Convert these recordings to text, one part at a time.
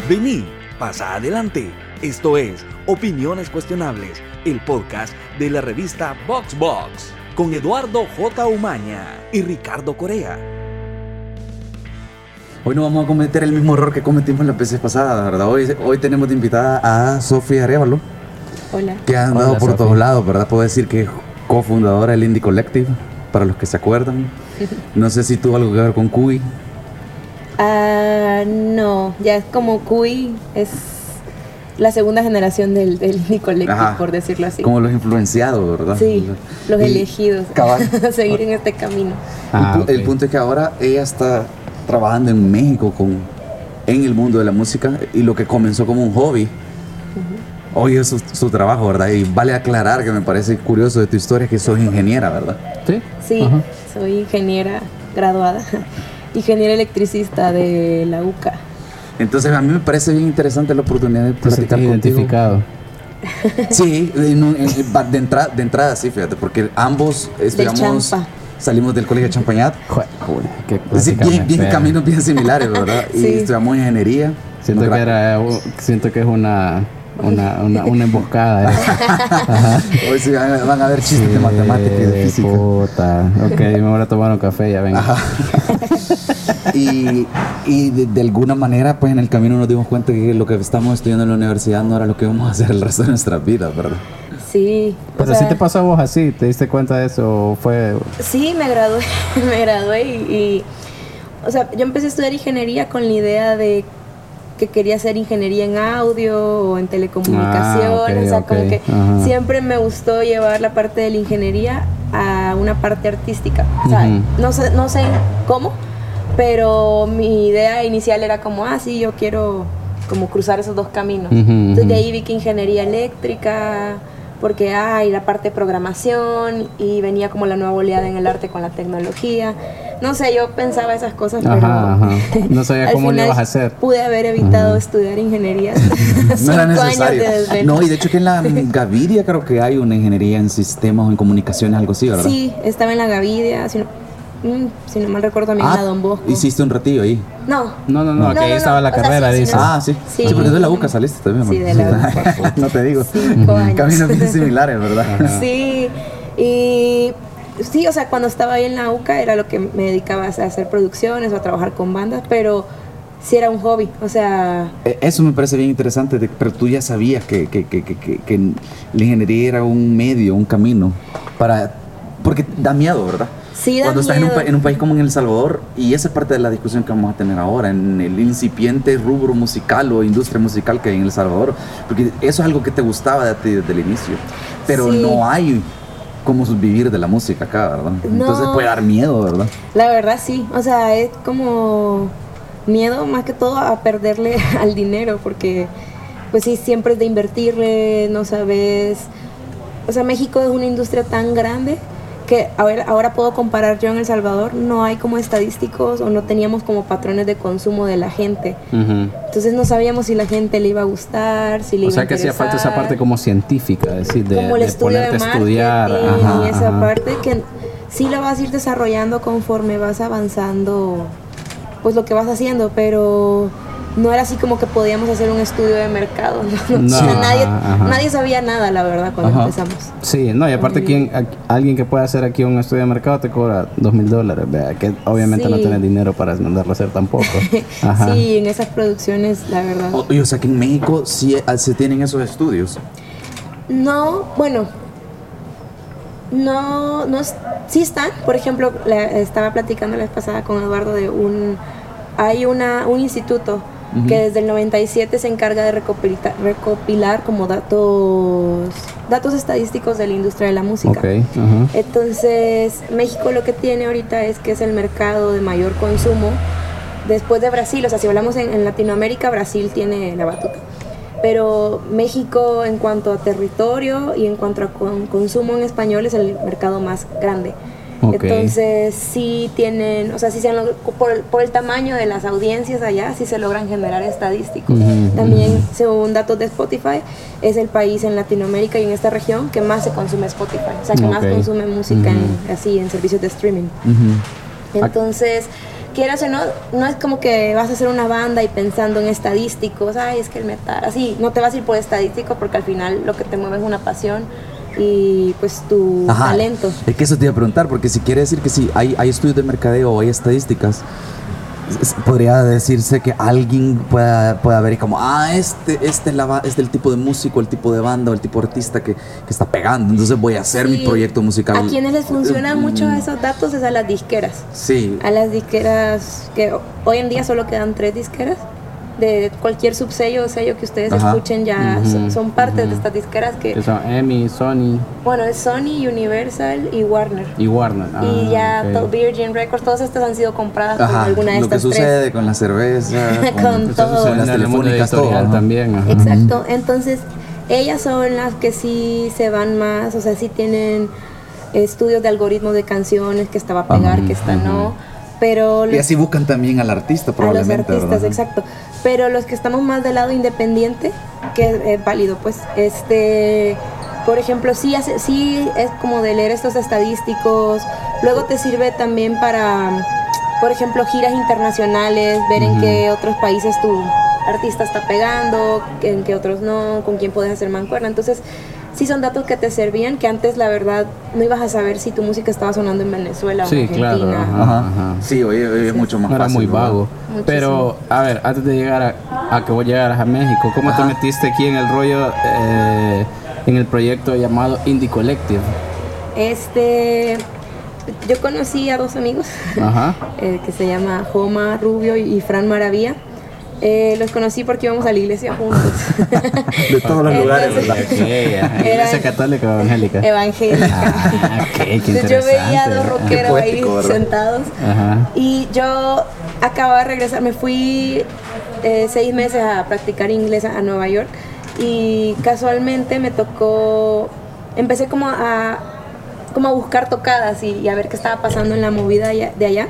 Vení, pasa adelante. Esto es Opiniones Cuestionables, el podcast de la revista VoxBox, con Eduardo J. Umaña y Ricardo Corea. Hoy no vamos a cometer el mismo error que cometimos las veces pasadas, ¿verdad? Hoy tenemos de invitada a Sofía Arévalo. Hola. Que ha andado por todos lados, ¿verdad? Puedo decir que es cofundadora del Indie Collective, para los que se acuerdan. No sé si tuvo algo que ver con Cuy. No, ya es como Cuy, es la segunda generación del Indie Collective, por decirlo así. Como los influenciados, ¿verdad? Sí, los elegidos a seguir en este camino. El punto es que ahora ella está trabajando en México en el mundo de la música, y lo que comenzó como un hobby hoy es su trabajo, ¿verdad? Y vale aclarar que me parece curioso de tu historia que sos ingeniera, ¿verdad? Sí, soy ingeniera graduada, ingeniera electricista de la UCA. Entonces a mí me parece bien interesante la oportunidad de platicar contigo. Identificado. Sí, de entrada sí, fíjate, porque ambos salimos del colegio de Champañat. Sí, bien caminos bien similares, ¿verdad? Sí. Y estudiamos ingeniería. Siento que es una emboscada. Hoy sí van a ver chistes de matemática y de física. Puta. Ok, me voy a tomar un café, ya vengo. Y de alguna manera, pues en el camino nos dimos cuenta que lo que estamos estudiando en la universidad no era lo que íbamos a hacer el resto de nuestras vidas, ¿verdad? Sí. Pero ¿sí te pasó a vos así? ¿Te diste cuenta de eso? Sí, me gradué y o sea, yo empecé a estudiar ingeniería con la idea de que quería hacer ingeniería en audio o en telecomunicaciones, o sea, como que siempre me gustó llevar la parte de la ingeniería a una parte artística, o sea, no sé cómo, pero mi idea inicial era como, sí, yo quiero como cruzar esos dos caminos. Entonces de ahí vi que ingeniería eléctrica, porque hay la parte de programación y venía como la nueva oleada en el arte con la tecnología. No sé, yo pensaba esas cosas, pero no sabía cómo lo ibas a hacer. Pude haber evitado estudiar ingeniería. No era necesario. No, y de hecho que en la Gavidia creo que hay una ingeniería en sistemas o en comunicaciones, algo así, ¿verdad? Sí, estaba en la Gavidia, si no mal recuerdo también en la Don Bosco. ¿Hiciste un ratillo ahí? No, que ahí estaba la carrera, dice. Sí, porque de la UCA saliste también. Sí, de la UCA. No te digo. 5 años. Caminos bien similares, ¿verdad? Sí, y sí, o sea, cuando estaba ahí en la UCA era lo que me dedicaba a hacer producciones o a trabajar con bandas, pero sí era un hobby, o sea... Eso me parece bien interesante, pero tú ya sabías que la ingeniería era un medio, un camino, porque da miedo, ¿verdad? Sí, da Cuando miedo. estás en un país como en El Salvador, y esa es parte de la discusión que vamos a tener ahora, en el incipiente rubro musical o industria musical que hay en El Salvador, porque eso es algo que te gustaba de ti desde el inicio, pero no hay cómo vivir de la música acá, ¿verdad? Entonces puede dar miedo, ¿verdad? La verdad sí, o sea, es como miedo más que todo a perderle al dinero, porque pues sí, siempre es de invertirle, no sabes, o sea, México es una industria tan grande que ahora puedo comparar. Yo en El Salvador no hay como estadísticos o no teníamos como patrones de consumo de la gente. Entonces no sabíamos si la gente le iba a gustar, si le iba a interesar. O sea que hacía falta esa parte como científica, es decir, como el de estudio ponerte de a estudiar. Y esa parte que sí la vas a ir desarrollando conforme vas avanzando, pues lo que vas haciendo, pero no era así como que podíamos hacer un estudio de mercado. Nadie sabía nada, la verdad, cuando empezamos. Sí, no, y aparte alguien que pueda hacer aquí un estudio de mercado te cobra $2,000, ¿verdad? Que obviamente no tienes dinero para mandarlo a hacer tampoco. Sí, en esas producciones, la verdad. O sea que en México sí se tienen esos estudios. No, bueno, no, sí están. Por ejemplo, estaba platicando la vez pasada con Eduardo de hay un instituto que desde el 97 se encarga de recopilar como datos estadísticos de la industria de la música. Entonces, México lo que tiene ahorita es que es el mercado de mayor consumo después de Brasil. O sea, si hablamos en Latinoamérica, Brasil tiene la batuta. Pero México, en cuanto a territorio y en cuanto a consumo en español, es el mercado más grande. Entonces sí tienen, o sea, sí por el tamaño de las audiencias allá, sí se logran generar estadísticos. También, según datos de Spotify, es el país en Latinoamérica y en esta región que más se consume Spotify, o sea, que más consume música en servicios de streaming. Entonces, quieras o no, no es como que vas a hacer una banda y pensando en estadísticos, ay, es que el metal, así, no te vas a ir por estadístico porque al final lo que te mueve es una pasión y pues tu talento. Es que eso te iba a preguntar, porque si quiere decir que sí, hay estudios de mercadeo o hay estadísticas, podría decirse que alguien pueda ver y como, este es el tipo de músico, el tipo de banda o el tipo de artista que está pegando, entonces voy a hacer mi proyecto musical. A quienes les funcionan mucho esos datos es a las disqueras. Sí. A las disqueras, que hoy en día solo quedan 3 disqueras. De cualquier subsello o sello que ustedes escuchen ya son partes de estas disqueras que son EMI, Sony. Bueno, es Sony, Universal y Warner. Y ya Virgin Records, todas estas han sido compradas por alguna de estas 3. Lo que sucede con la cerveza, con todo. Con las telefónicas, todo. También. Exacto, entonces ellas son las que sí se van más, o sea, sí tienen estudios de algoritmos de canciones, que esta va a pegar, que esta no. Pero y así buscan también al artista, probablemente. A los artistas, ¿verdad? Exacto. Pero los que estamos más del lado independiente, que es válido, pues, por ejemplo, sí es como de leer estos estadísticos. Luego te sirve también para, por ejemplo, giras internacionales, ver en qué otros países tu artista está pegando, en qué otros no, con quién puedes hacer mancuerna. Entonces, sí son datos que te servían, que antes la verdad no ibas a saber si tu música estaba sonando en Venezuela o en Argentina. Claro. Sí, hoy es mucho más fácil. Era muy vago. Muchísimo. Pero, a ver, antes de llegar a que vos llegaras a México, ¿cómo te metiste aquí en el rollo, en el proyecto llamado Indie Collective? Yo conocí a 2 amigos, que se llama Joma Rubio y Fran Maravilla. Los conocí porque íbamos a la iglesia juntos. De todos los lugares, ¿verdad? Iglesia católica o evangélica. Evangélica. Qué Entonces yo veía a 2 rockeros ahí sentados. Y yo acababa de regresar, me fui 6 meses a practicar inglés a Nueva York. Y casualmente me tocó, empecé como a buscar tocadas y a ver qué estaba pasando en la movida de allá.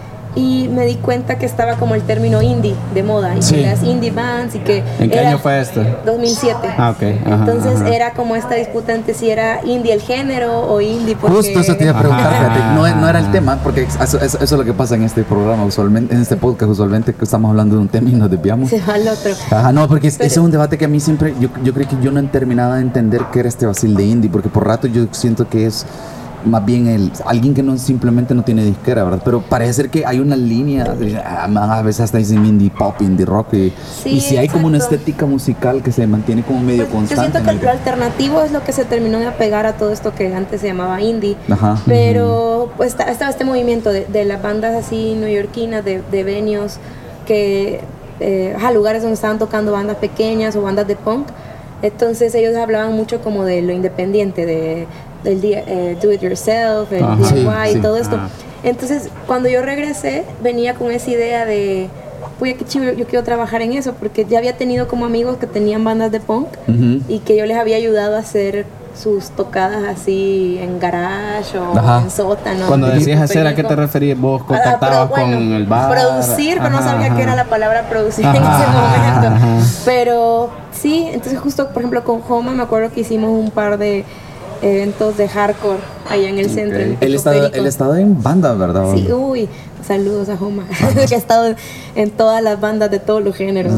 Y me di cuenta que estaba como el término indie de moda, y que las indie bands y que... ¿En qué año fue esto? 2007. Entonces era como esta disputa entre si era indie el género o indie porque... Justo eso te iba a preguntar, fíjate, no era el tema, porque eso es lo que pasa en este programa usualmente, en este podcast usualmente, que estamos hablando de un tema y nos desviamos. Se va al otro. No, porque ese es un debate que a mí siempre, yo creo que yo no terminaba de entender qué era este vacil de indie, porque por rato yo siento que es más bien alguien que simplemente no tiene disquera, ¿verdad? Pero parece ser que hay una línea, a veces hasta dicen indie pop, indie rock, y si hay como una estética musical que se mantiene como medio constante. Yo siento que lo alternativo es lo que se terminó de apegar a todo esto que antes se llamaba indie. Pero pues estaba este movimiento de las bandas así neoyorquinas, de venues, que lugares donde estaban tocando bandas pequeñas o bandas de punk. Entonces ellos hablaban mucho como de lo independiente, del do it yourself, el DIY y todo esto. Entonces cuando yo regresé venía con esa idea de, pues qué chido, yo quiero trabajar en eso, porque ya había tenido como amigos que tenían bandas de punk y que yo les había ayudado a hacer sus tocadas así en garage o en sótano. Cuando decías hacer, ¿a qué te referías? ¿Vos contactabas con el bar? Producir, pero no sabía qué era la palabra producir en ese momento. Pero sí, entonces justo por ejemplo con Joma me acuerdo que hicimos un par de eventos de hardcore allá en el centro. Él estaba en banda, ¿verdad? Sí, saludos a Joma, que ha estado en todas las bandas de todos los géneros.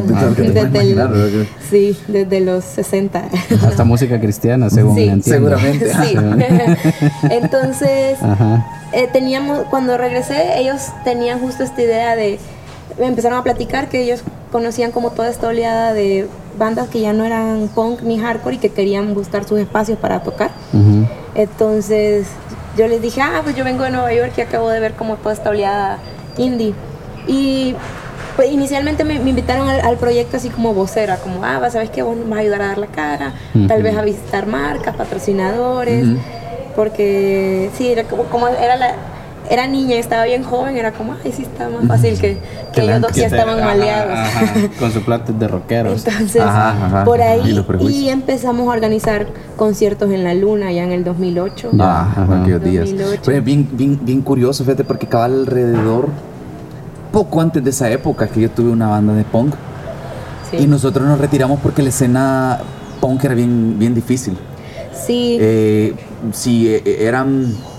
Desde los 60. Hasta música cristiana, según entiendo. Seguramente. Sí. Entonces, cuando regresé, ellos tenían justo esta idea me empezaron a platicar que ellos conocían como toda esta oleada de bandas que ya no eran punk ni hardcore y que querían buscar sus espacios para tocar. Entonces yo les dije, pues yo vengo de Nueva York y acabo de ver como toda esta oleada indie. Y pues inicialmente me invitaron al proyecto así como vocera, como, ¿sabes qué? Vos nos vas a ayudar a dar la cara, tal vez a visitar marcas, patrocinadores, porque sí, era como era niña y estaba bien joven, era como, sí, está más fácil que ellos dos ya estaban maleados. Con su plata de rockeros. Entonces, por ahí, y empezamos a organizar conciertos en la Luna ya en el 2008. Aquellos días. Fue bien curioso, fíjate, porque cabal alrededor, poco antes de esa época, que yo tuve una banda de punk. Y nosotros nos retiramos porque la escena punk era bien difícil. Sí. Sí, eran...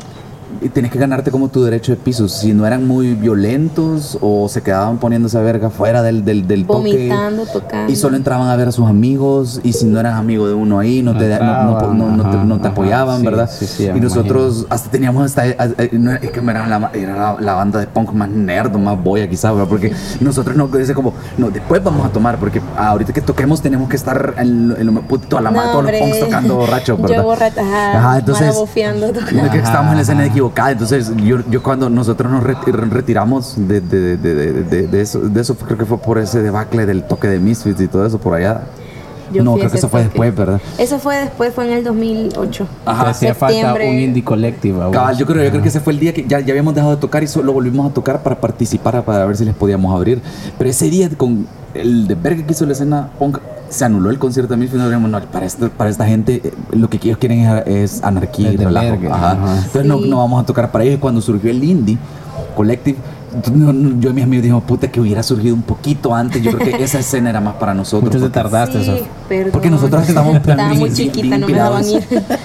tenés que ganarte como tu derecho de piso. Si no eran muy violentos o se quedaban poniéndose a verga fuera del vomitando, toque. tocando. Y solo entraban a ver a sus amigos. Y si no eran amigos de uno ahí, no te apoyaban, sí, ¿verdad? Sí, y nosotros hasta teníamos es que era la banda de punk más nerd, más boya quizás, ¿verdad? Porque nosotros después vamos a tomar, porque ahorita que toquemos tenemos que estar todos los punks tocando borrachos, ¿verdad? Yo borracha, entonces tocando. Que estábamos en la escena equivocada. Entonces yo cuando nosotros nos retiramos de eso creo que fue por ese debacle del toque de Misfits y todo eso por allá. No, creo que eso fue después, ¿verdad? Eso fue después, fue en el 2008. Ajá, hacía falta un indie collective. Cabal, yo creo que ese fue el día que ya habíamos dejado de tocar y solo volvimos a tocar para participar, para ver si les podíamos abrir. Pero ese día, con el de verga que hizo la escena punk, se anuló el concierto de Misfits. No, para esta gente lo que ellos quieren es anarquía y relajo. Entonces no vamos a tocar para ellos. Y cuando surgió el indie collective, yo y mis amigos dijimos, puta, que hubiera surgido un poquito antes. Yo creo que esa escena era más para nosotros. Muchos te tardaste, sí, perdón. Porque nosotros estaba muy chiquita, no me daban ir.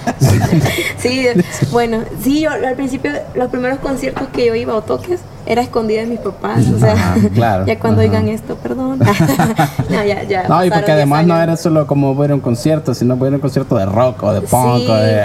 Sí, bueno, sí, yo al principio, los primeros conciertos que yo iba o toques, era escondida de mis papás. O sea, claro, ya cuando oigan esto, perdón. No, ya. No, y porque además no era solo como ver un concierto, sino ver un concierto de rock o de punk. Sí, o de,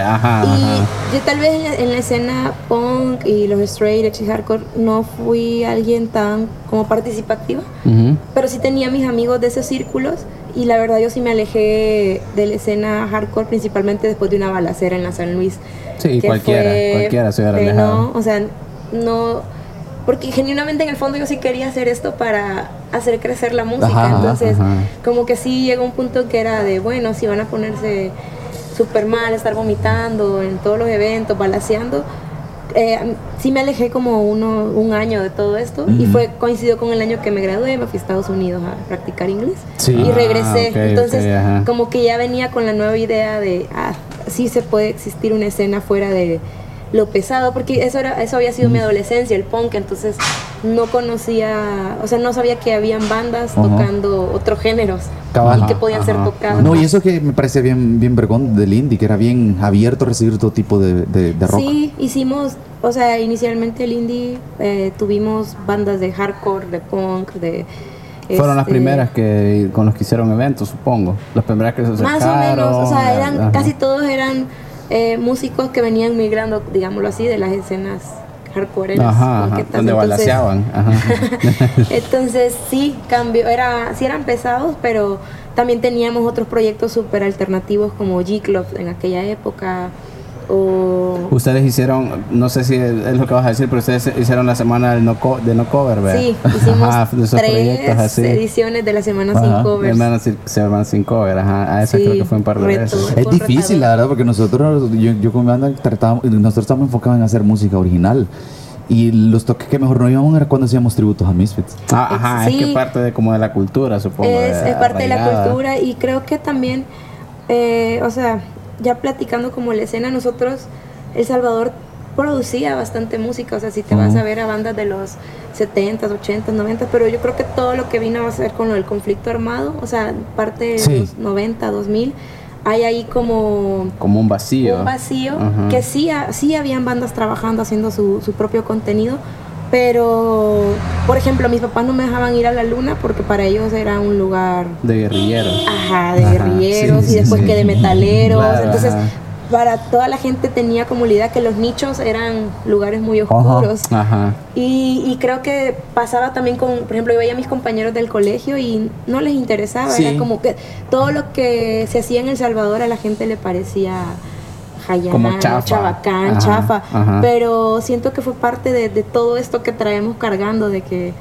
yo tal vez en la escena punk y los straight edge y hardcore no fui alguien tan como participativa, pero sí tenía mis amigos de esos círculos. Y la verdad yo sí me alejé de la escena hardcore principalmente después de una balacera en la San Luis. Sí, cualquiera se hubiera alejado. No, o sea, no, porque genuinamente en el fondo yo sí quería hacer esto para hacer crecer la música. Entonces como que sí llegó un punto que era de, bueno, si van a ponerse súper mal, estar vomitando en todos los eventos, balaceando. Sí me alejé como un año de todo esto y coincidió con el año que me gradué, me fui a Estados Unidos a practicar inglés y regresé. Entonces como que ya venía con la nueva idea de sí se puede existir una escena fuera de lo pesado, porque eso había sido mi adolescencia, el punk. Entonces no conocía, o sea, no sabía que habían bandas tocando otros géneros y que podían ser tocados. No, y eso que me parece bien vergón del indie, que era bien abierto a recibir todo tipo de rock. Sí, hicimos, o sea, inicialmente el indie tuvimos bandas de hardcore, de punk, de... Fueron las primeras con los que hicieron eventos, supongo. Las primeras que se acercaron. Más o menos, o sea, casi todos eran músicos que venían migrando, digámoslo así, de las escenas hardcore. Donde balaceaban. Entonces sí, sí eran pesados, pero también teníamos otros proyectos súper alternativos como G-Club en aquella época. Ustedes hicieron, no sé si es lo que vas a decir, pero ustedes hicieron la semana de no cover, ¿verdad? Sí, hicimos 3 ediciones de la semana sin covers. Semana sin cover, esa creo que fue un par de veces. Es difícil, la verdad, porque nosotros, yo con mi banda, nosotros estamos enfocados en hacer música original. Y los toques que mejor no íbamos era cuando hacíamos tributos a Misfits. Es que parte de la cultura, supongo. Es parte de la cultura, y creo que también, o sea, ya platicando como la escena, nosotros, El Salvador producía bastante música, o sea, si te vas a ver a bandas de los 70s, 80s, 90s, pero yo creo que todo lo que vino a ser con lo del conflicto armado, o sea, parte de los 90, 2000, hay ahí como un vacío. Que sí habían bandas trabajando, haciendo su propio contenido, pero, por ejemplo, mis papás no me dejaban ir a la Luna porque para ellos era un lugar... de guerrilleros. De guerrilleros y después que de metaleros. Claro, entonces, para toda la gente tenía como la idea que los nichos eran lugares muy oscuros. Y creo que pasaba también con, por ejemplo, yo veía a mis compañeros del colegio y no les interesaba. Era como que todo lo que se hacía en El Salvador a la gente le parecía... como chabacán, chafa. Pero siento que fue parte de todo esto que traemos cargando, de que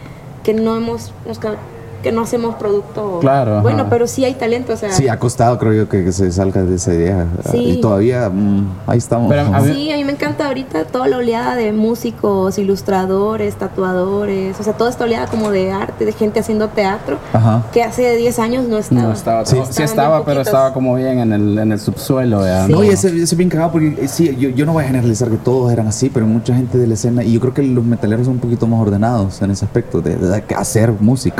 no hacemos producto bueno, pero sí hay talento, o sea. Sí, ha costado, creo yo, que se salga de esa idea. Y todavía ahí estamos. Sí, a mí me encanta ahorita toda la oleada de músicos, ilustradores, tatuadores, o sea, toda esta oleada como de arte, de gente haciendo teatro, que hace 10 años no estaba. Sí estaba, pero estaba como bien en el subsuelo. No, y ese es bien cagado, porque sí, yo no voy a generalizar que todos eran así, pero mucha gente de la escena, y yo creo que los metaleros son un poquito más ordenados en ese aspecto, de hacer música, ¿verdad? Sí.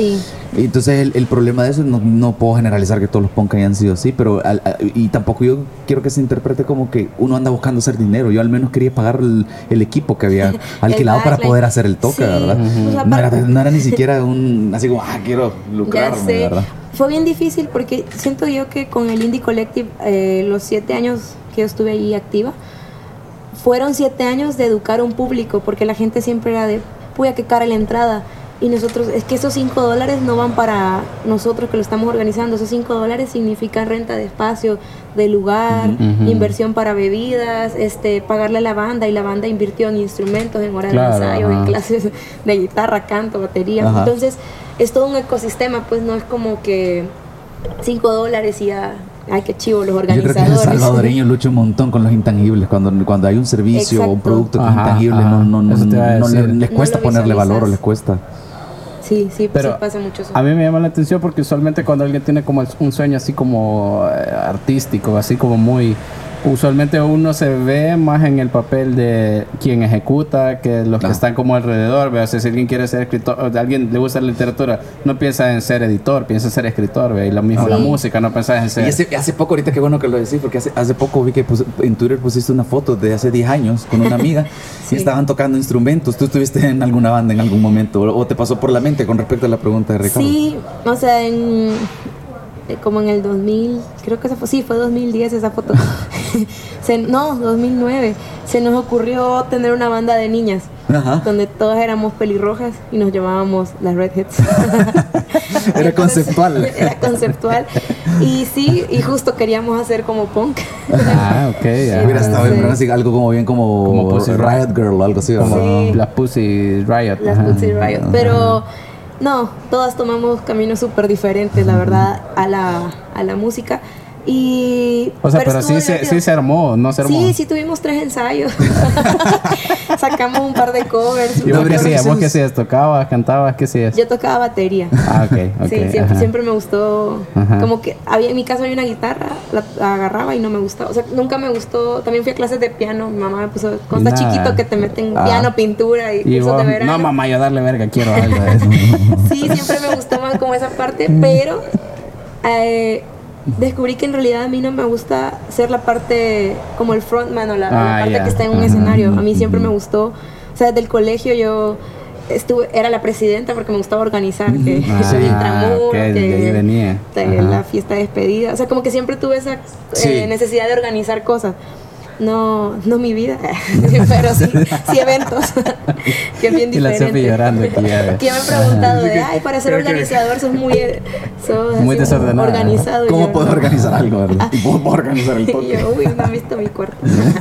Sí. Entonces el problema de eso, no puedo generalizar que todos los punk hayan sido así, pero y tampoco yo quiero que se interprete como que uno anda buscando hacer dinero. Yo al menos quería pagar el equipo que había alquilado para poder hacer el toque, sí, ¿verdad? O sea, no era ni siquiera así como, quiero lucrarme, ¿verdad? Fue bien difícil porque siento yo que con el Indie Collective, los 7 años que yo estuve ahí activa, fueron 7 años de educar a un público, porque la gente siempre era de, puya, qué cara la entrada. Y nosotros, es que esos $5 no van para nosotros que lo estamos organizando. Esos $5 significan renta de espacio, de lugar, inversión para bebidas, pagarle a la banda, y la banda invirtió en instrumentos, en horas de ensayo, en clases de guitarra, canto, batería. Entonces, es todo un ecosistema, pues no es como que $5 y ya... Ay, qué chivo los organizadores. Yo creo que el salvadoreño lucha un montón con los intangibles. Cuando hay un servicio o un producto que es intangible, no les cuesta ponerle valor o les cuesta. Sí, pero pasa mucho eso. A mí me llama la atención porque usualmente cuando alguien tiene como un sueño así como artístico, así como muy... Usualmente uno se ve más en el papel de quien ejecuta que los que están como alrededor. O sea, si alguien quiere ser escritor, o a alguien le gusta la literatura, no piensa en ser editor, piensa en ser escritor. ¿Ve? Y lo mismo la música, no pensás en ser... Y hace poco, ahorita qué bueno que lo decís, porque hace poco vi que en Twitter pusiste una foto de hace 10 años con una amiga y estaban tocando instrumentos. ¿Tú estuviste en alguna banda en algún momento? ¿O te pasó por la mente con respecto a la pregunta de Ricardo? Sí, o sea, como en el 2000, creo que fue 2010 esa foto. 2009. Se nos ocurrió tener una banda de niñas, donde todas éramos pelirrojas y nos llamábamos las Redheads. Era conceptual. Era conceptual. Y sí, y justo queríamos hacer como punk. Ok. Hubiera estado bien, así, algo como Pussy Riot Girl o algo así. Sí. Las Pussy Riot. Las Pussy Riot. Pero... no, todas tomamos caminos súper diferentes, la verdad, a la música. Y... o sea, pero sí se armó, ¿no se armó? Sí, tuvimos 3 ensayos. Sacamos un par de covers. ¿Vos qué hacías? ¿Tocabas? ¿Cantabas? ¿Qué hacías? Yo tocaba batería. Ok. Sí, siempre me gustó. Como que en mi casa había una guitarra, la agarraba y no me gustaba. O sea, nunca me gustó. También fui a clases de piano. Mi mamá me puso, cuando estás chiquito que te meten piano, pintura y cursos de verano. No, mamá, yo darle verga, quiero algo de eso. Sí, siempre me gustó más como esa parte, pero... descubrí que en realidad a mí no me gusta ser la parte como el frontman o la parte que está en un escenario. A mí siempre me gustó, o sea, desde el colegio yo era la presidenta porque me gustaba organizar que el intramuro, que la fiesta de despedida, o sea, como que siempre tuve esa necesidad de organizar cosas. No mi vida, pero sí eventos, que es bien diferente. Y la Sofi llorando aquí ya. Que me han preguntado para ser organizador sos muy desordenado. Organizado. ¿Cómo puedo organizar algo, verdad? Y puedo organizar el toque. Y yo, no han visto mi cuarto.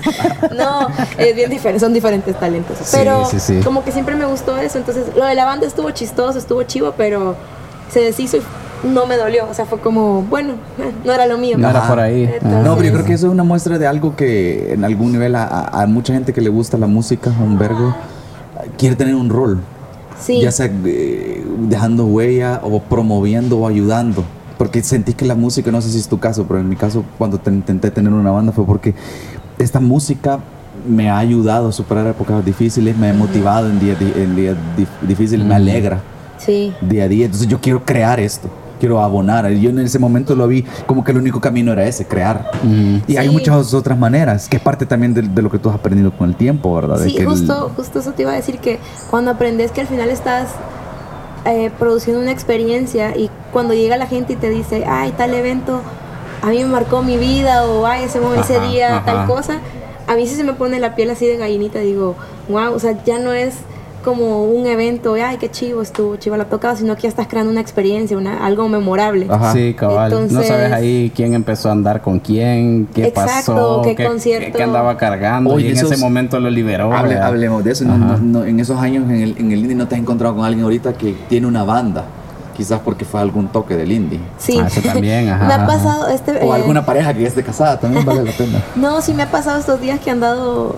No, es bien diferente, son diferentes talentos. Pero como que siempre me gustó eso, entonces lo de la banda estuvo chistoso, estuvo chivo, pero se deshizo y no me dolió, o sea, fue como, bueno, no era lo mío. No era por ahí. Entonces, no, pero yo creo que eso es una muestra de algo que en algún nivel a mucha gente que le gusta la música, un vergo, quiere tener un rol. Sí. Ya sea dejando huella o promoviendo o ayudando. Porque sentí que la música, no sé si es tu caso, pero en mi caso cuando intenté tener una banda fue porque esta música me ha ayudado a superar épocas difíciles, me ha motivado en días difíciles, me alegra día a día. Entonces yo quiero crear esto, quiero abonar. Yo en ese momento lo vi como que el único camino era ese, crear. Y hay muchas otras maneras, que es parte también de lo que tú has aprendido con el tiempo, ¿verdad? Sí, justo eso te iba a decir, que cuando aprendes que al final estás produciendo una experiencia y cuando llega la gente y te dice, ay, tal evento a mí me marcó mi vida, o ay, ese día, tal cosa, a mí sí se me pone la piel así de gallinita, digo, wow, o sea, ya no es como un evento, ay, qué chivo estuvo, chivo la tocada, sino que ya estás creando una experiencia, algo memorable. Sí, cabal. Entonces, no sabes ahí quién empezó a andar con quién, qué pasó, qué concierto, qué andaba cargando. Oye, y en ese momento lo liberó. Hablemos de eso. No, en esos años en el indie no te has encontrado con alguien ahorita que tiene una banda. Quizás porque fue algún toque del indie. Sí. Eso también, me ha pasado o alguna pareja que ya esté casada, también vale la pena. No, sí me ha pasado estos días que han dado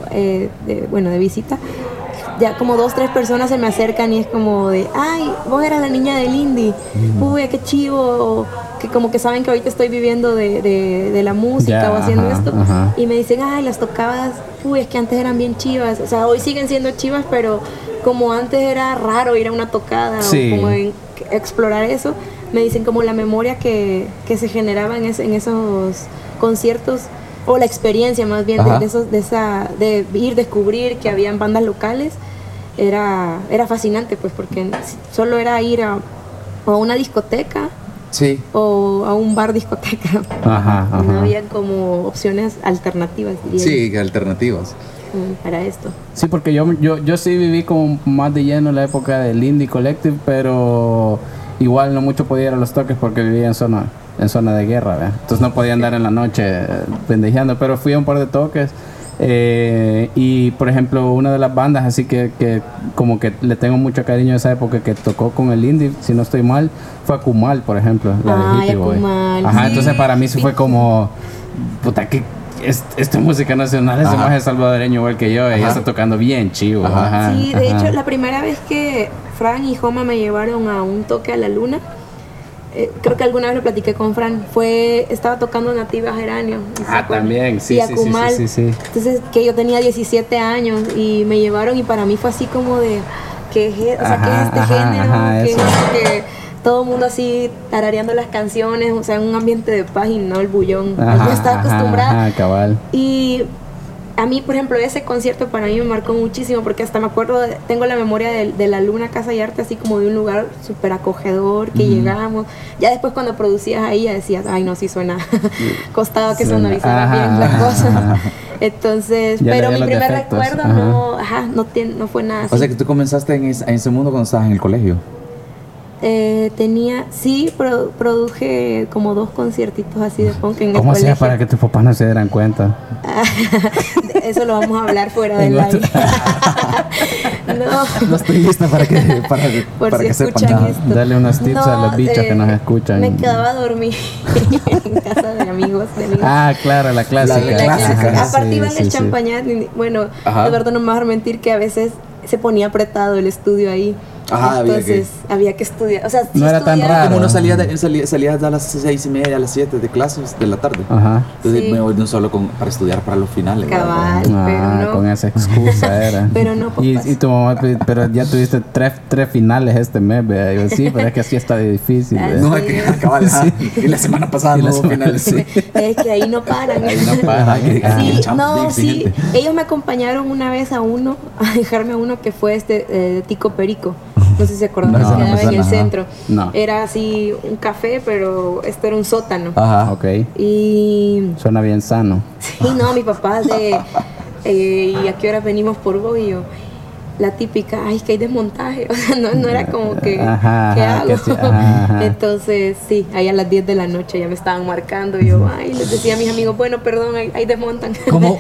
de visita. Ya como 2, 3 personas se me acercan y es como de, ay, vos eras la niña del indie, uy, qué chivo, que como que saben que ahorita estoy viviendo de la música o haciendo esto, y me dicen, ay, las tocabas, uy, es que antes eran bien chivas, o sea, hoy siguen siendo chivas, pero como antes era raro ir a una tocada Sí. o como explorar eso, me dicen como la memoria que se generaba en esos conciertos, o la experiencia más bien Ajá. de ir descubrir que habían bandas locales, era fascinante, pues, porque solo era ir a una discoteca Sí. o a un bar discoteca. Ajá, ajá. No había como opciones alternativas, diría Sí, alternativas. para esto. Sí, porque yo sí viví como más de lleno la época del Indie Collective, pero igual no mucho podía ir a los toques porque vivía en zona de guerra, ¿verdad? Entonces no podía andar en la noche pendejeando, pero fui a un par de toques. Y por ejemplo, una de las bandas así que como que le tengo mucho cariño a esa época que tocó con el indie, si no estoy mal, fue Akumal, por ejemplo, la de Hippie Boy. Akumal, Ajá, sí. entonces para mí sí fue como, puta, que esta música nacional, ese Ajá. más es salvadoreño igual que yo, ella Ajá. está tocando bien chivo. Ajá. Ajá, Sí, de ajá. hecho, la primera vez que Fran y Joma me llevaron a un toque a la luna, creo que alguna vez lo platiqué con Fran, estaba tocando Nativa Geranio. ¿se Ah, acuerdan? también, sí, Y sí, sí, Akumal. sí. Entonces, que yo tenía 17 años y me llevaron, y para mí fue así como de, ¿qué es, ¿qué es este Ajá, género? ajá, ¿Qué es eso. esto que todo el mundo así tarareando las canciones, o sea, en un ambiente de paz y no el bullón? Ajá, Yo estaba ajá, acostumbrada. ajá, cabal. Y a mí, por ejemplo, ese concierto para mí me marcó muchísimo, porque hasta me acuerdo, tengo la memoria de la Luna Casa y Arte, así como de un lugar súper acogedor, que llegamos. Ya después cuando producías ahí ya decías, ay no, sí suena, costaba que Suena. sonorizara Ajá, bien la ajá, cosa. ajá. Entonces, Ya le pero dio mi los primer defectos, recuerdo ajá. no fue nada así. O sea que tú comenzaste en ese mundo cuando estabas en el colegio. Produje como 2 conciertitos así de punk en el ¿Cómo hacía colegio. para que tus papás no se dieran cuenta? Eso lo vamos a hablar fuera En del otro- live. No. No estoy lista para que Por para si que sepan. escuchan Ajá. esto. Dale unos tips a los bichos que nos escuchan. Me quedaba a dormir en casa de amigos. Ah, claro, la clásica. La La clásica. clásica. Sí, Aparte iban sí, el sí. champañat. Bueno, Ajá. Eduardo no me va a dejar mentir que a veces se ponía apretado el estudio ahí. Ajá, Entonces había que estudiar. O sea, sí No era tan estudiaba. raro. Como uno salía a las 6:30, a las 7 de clases de la tarde. Ajá. Entonces Sí. me voy de un solo para estudiar para los finales. Cabal. ¿verdad? Pero Ah, no. con esa excusa era. Pero no, papás. y tu mamá, pero ya tuviste tres finales este mes, ¿verdad? Yo, sí, pero es que así está difícil, Ah, ¿verdad? No, es que acababa y la semana pasada Y la no hubo semana- finales. sí. Es que ahí no paran. Ahí no para. Ajá, que- Ah, el Sí, champ bien no, sí. exigente. Ellos me acompañaron una vez a dejarme a uno que fue de Tico Perico. No sé si se acuerdan, No, que ese no me quedaba en suena, el ajá. centro. No. Era así un café, pero esto era un sótano. Ajá. Ok, Y suena bien sano. sí, no, mi papá ¿y a qué hora venimos por vos? Y yo, la típica, ay, que hay desmontaje. O sea, no era como que, Ajá, ¿qué ajá, hago? que sí, ajá, ajá. Entonces, sí, ahí a las 10 de la noche ya me estaban marcando. Y yo, ay, les decía a mis amigos, bueno, perdón, ahí desmontan.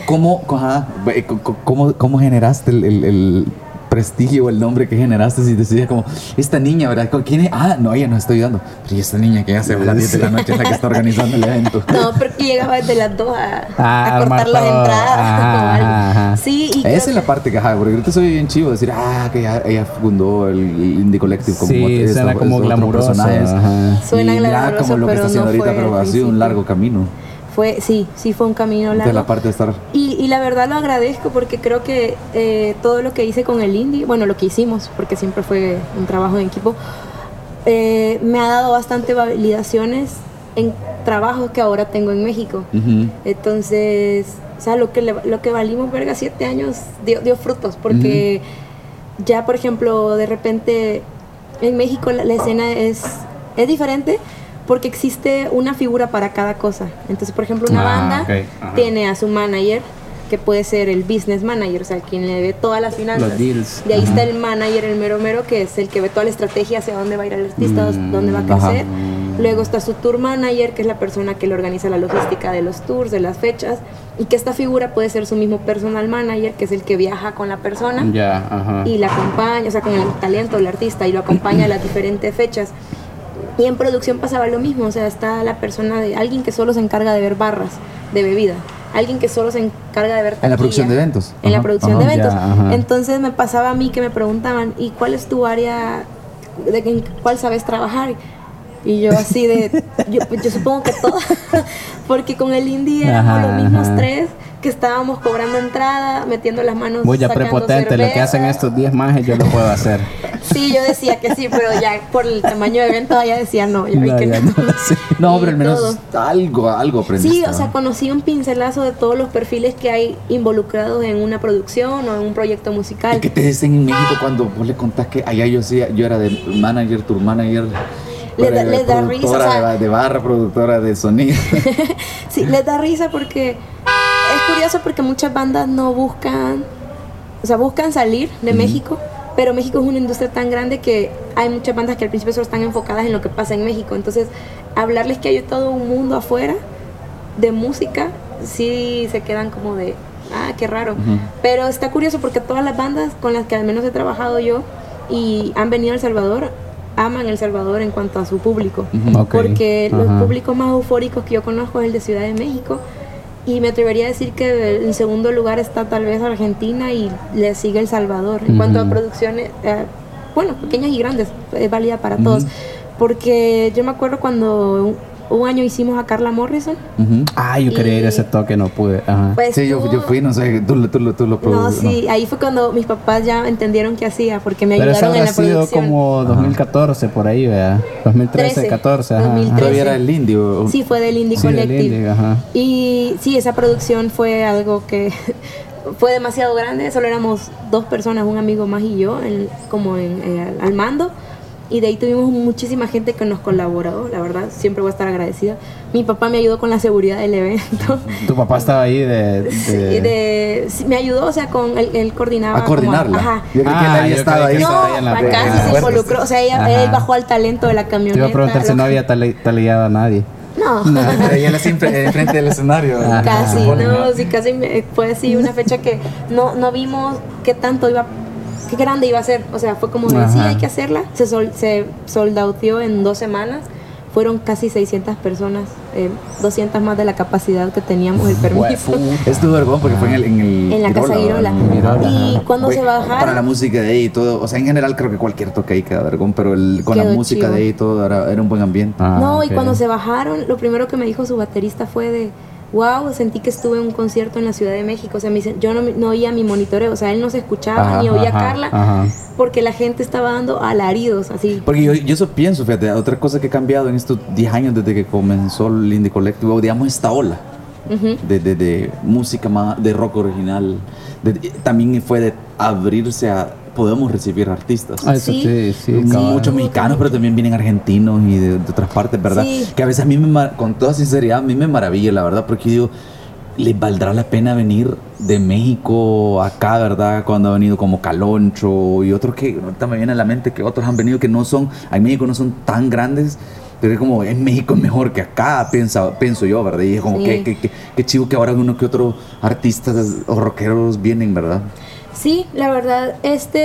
¿Cómo generaste el prestigio o el nombre que generaste? Si decías como, esta niña, ¿verdad? ¿Quién es? Ah, no, ella nos está ayudando. Pero ¿y esta niña que hace a las 10 de la noche es la que está organizando el evento? No, porque llegaba desde las 2 a armar cortar las todo. entradas Ajá, o algo. ajá. Sí, y Esa creo es la parte que, ajá, porque ahorita soy bien chivo decir, que ella fundó el Indie Collective como Sí, suena como glamuroso. personajes. Ajá. Suena Y mira glamuroso, como lo que pero está haciendo no ahorita, fue pero al ha sido un principio. largo camino sí fue un camino largo. de la parte de estar. Y la verdad lo agradezco porque creo que todo lo que hice con el indie, bueno, lo que hicimos, porque siempre fue un trabajo en equipo, me ha dado bastante validaciones en trabajos que ahora tengo en México. Ujú. Entonces, o sea, lo que valimos, verga, 7 años dio frutos, porque ya, por ejemplo, de repente en México la escena es diferente, porque existe una figura para cada cosa. Entonces, por ejemplo, una banda ok, ajá. tiene a su manager, que puede ser el business manager, o sea, quien le ve todas las finanzas. Los deals. De ahí Ajá. está el manager, el mero mero, que es el que ve toda la estrategia hacia dónde va a ir el artista, dónde va a Ajá. crecer. Luego está su tour manager, que es la persona que le organiza la logística de los tours, de las fechas, y que esta figura puede ser su mismo personal manager, que es el que viaja con la persona Ya, ajá. y la acompaña, o sea, con el talento del artista, y lo acompaña a las diferentes fechas. Y en producción pasaba lo mismo, o sea, está la persona de alguien que solo se encarga de ver barras de bebida, alguien que solo se encarga de ver taquilla. En la producción de eventos. En la Ajá, producción ajá. de eventos. Ya, ajá. Entonces me pasaba a mí que me preguntaban, ¿y cuál es tu área, en cuál sabes trabajar? Y yo yo supongo que todo, porque con el indie éramos Ajá, los mismos ajá. 3, que estábamos cobrando entrada, metiendo las manos. Voy ya sacando prepotente, cerveza. lo que hacen estos 10 majes yo lo puedo hacer. Sí, yo decía que sí, pero ya por el tamaño de evento ya decía no, ya vi No, que ya no. no, sí. No, Y pero al menos todo. algo aprendiste. Sí, o sea, conocí un pincelazo de todos los perfiles que hay involucrados en una producción o en un proyecto musical. ¿Y qué te dicen en México cuando vos le contás que allá yo era de manager, tour manager? Les da risa, o sea, de barra, productora de sonido. Sí, les da risa porque es curioso porque muchas bandas no buscan, o sea, buscan salir de México, pero México es una industria tan grande que hay muchas bandas que al principio solo están enfocadas en lo que pasa en México. Entonces, hablarles que hay todo un mundo afuera de música, sí se quedan como de, qué raro. Pero está curioso porque todas las bandas con las que al menos he trabajado yo y han venido a El Salvador, aman El Salvador en cuanto a su público. Okay. Porque los públicos más eufóricos que yo conozco es el de Ciudad de México. Y me atrevería a decir que en segundo lugar está tal vez Argentina y le sigue El Salvador. En cuanto a producciones, bueno, pequeñas y grandes, es válida para todos. Porque yo me acuerdo cuando un año hicimos a Carla Morrison. Yo quería ir a ese toque, no pude. Ajá. Pues Sí, yo fui, no sé, tú lo No, produces. sí, ahí fue cuando mis papás ya entendieron qué hacía, porque me Pero eso ayudaron en habrá la sido producción. como 2014, por ahí, ¿verdad? 2013, 13, 14, ajá. 2013. Todavía era el indio. Sí, fue del Indie Sí, del Collective. Indie, ajá. Y sí, esa producción fue algo que fue demasiado grande. Solo éramos 2 personas, un amigo más y yo, al mando. Y de ahí tuvimos muchísima gente que nos colaboró, la verdad, siempre voy a estar agradecida. Mi papá me ayudó con la seguridad del evento. Tu papá estaba ahí Sí, me ayudó, o sea, él coordinaba. A coordinarla. Ajá. Yo creo que él había yo estado creí que ahí. estaba No, ahí en la casi se involucró, o sea, él bajó al talento de la Te camioneta. iba a preguntar si no había taleado a nadie. No. Pero ella siempre enfrente del escenario. Casi, Se pone, no, sí, casi fue así una fecha que no vimos qué grande iba a ser. O sea, fue como de, sí, hay que hacerla. Se soldauteó en 2 semanas. Fueron casi 600 personas, 200 más de la capacidad que teníamos el permiso. Estuvo vergón porque fue en la Casa Girola. Y cuando se bajaron... Para la música de ahí y todo, o sea, en general creo que cualquier toque ahí queda vergón, pero con la Quedó música chido. de ahí y todo era un buen ambiente. Y cuando se bajaron, lo primero que me dijo su baterista fue de, wow, sentí que estuve en un concierto en la Ciudad de México. O sea, me dice, yo no oía mi monitoreo, o sea, él no se escuchaba ni oía a Carla, porque la gente estaba dando alaridos, así. Porque yo eso pienso, fíjate, otra cosa que ha cambiado en estos 10 años desde que comenzó el Indie Collective, digamos, esta ola de música más, de rock original, también fue de abrirse a... Podemos recibir artistas. Eso sí, Muchos mexicanos, pero también vienen argentinos y de otras partes, ¿verdad? Sí. Que a veces a mí, con toda sinceridad, a mí me maravilla, la verdad, porque digo, ¿les valdrá la pena venir de México acá, verdad? Cuando ha venido como Caloncho y otros que ahorita me viene a la mente que otros han venido que no son, en México no son tan grandes, pero es como, en México es mejor que acá, pienso yo, ¿verdad? Y es como, qué chivo que ahora uno que otro artistas o rockeros vienen, ¿verdad? Sí, la verdad,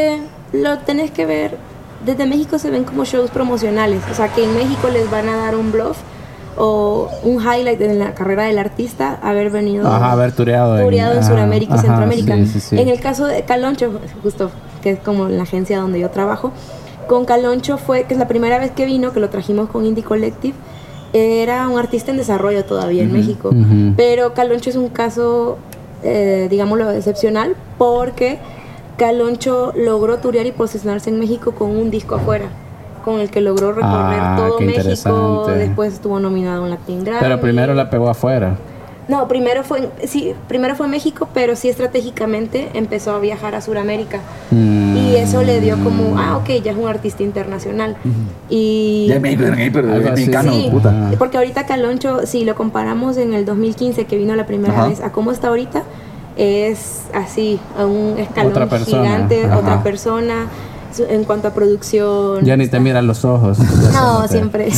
lo tenés que ver, desde México se ven como shows promocionales, o sea que en México les van a dar un bluff o un highlight en la carrera del artista, haber venido, haber tureado en Sudamérica y Centroamérica. Sí. En el caso de Caloncho, justo, que es como la agencia donde yo trabajo, con Caloncho que es la primera vez que vino, que lo trajimos con Indie Collective, era un artista en desarrollo todavía en México, pero Caloncho es un caso... digámoslo, excepcional, porque Caloncho logró turear y posicionarse en México con un disco afuera, con el que logró recorrer todo México. Después estuvo nominado a un Latin Grammy. Pero primero la pegó afuera. No, primero fue México, pero sí estratégicamente empezó a viajar a Sudamérica. Y eso le dio como, ok, ya es un artista internacional. Y Ya en México, pero es mexicano, sí, puta. porque ahorita Caloncho, si lo comparamos en el 2015, que vino la primera vez, a cómo está ahorita, es así, a un escalón Otra persona. gigante, otra persona. En cuanto a producción, Ya ni te miran los ojos. no, siempre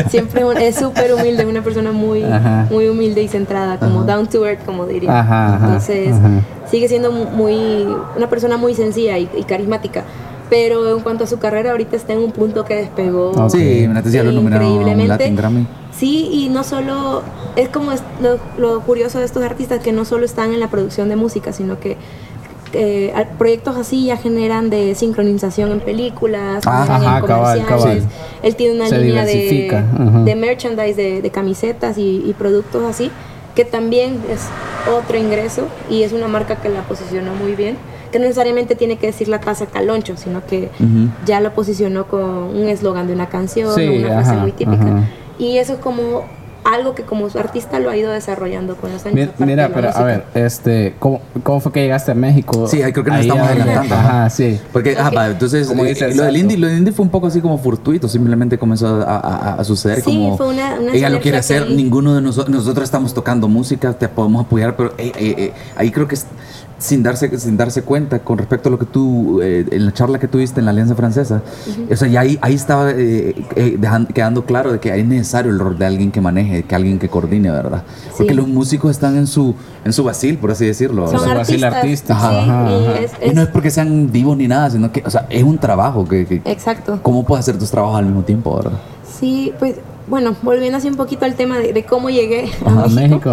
es súper humilde, una persona muy humilde y centrada, como down to earth, como diría. Entonces sigue siendo una persona muy sencilla y carismática, pero en cuanto a su carrera ahorita está en un punto que despegó. Sí, me decía, lo nominaron a un Latin Grammy. Sí, y no solo es como lo curioso de estos artistas, que no solo están en la producción de música, sino que proyectos así ya generan de sincronización en películas, en comerciales. cabal. Él tiene una Se línea diversifica. de merchandise, de camisetas y productos así, que también es otro ingreso y es una marca que la posicionó muy bien, que no necesariamente tiene que decir la taza Caloncho, sino que ya lo posicionó con un eslogan de una canción, una frase muy típica. Y eso es como algo que como su artista lo ha ido desarrollando con los años. Mira, pero música. A ver, ¿cómo fue que llegaste a México? Sí, creo que nos estamos adelantando. Sí. Porque, entonces, lo del indie fue un poco así como fortuito, simplemente comenzó a suceder. Sí, como, fue una ella lo quiere hacer, ninguno de nosotros estamos tocando música, te podemos apoyar, pero ahí creo que sin darse cuenta con respecto a lo que tú en la charla que tuviste en la Alianza Francesa, o sea, ya ahí estaba quedando claro de que es necesario el rol de alguien que maneje, que alguien que coordine, ¿verdad? Porque los músicos están en su basil, por así decirlo. Son artistas. Y no es porque sean divos ni nada, sino que, o sea, es un trabajo que exacto. ¿Cómo puedes hacer tus trabajos al mismo tiempo, verdad? Sí, pues, bueno, volviendo así un poquito al tema de cómo llegué a México.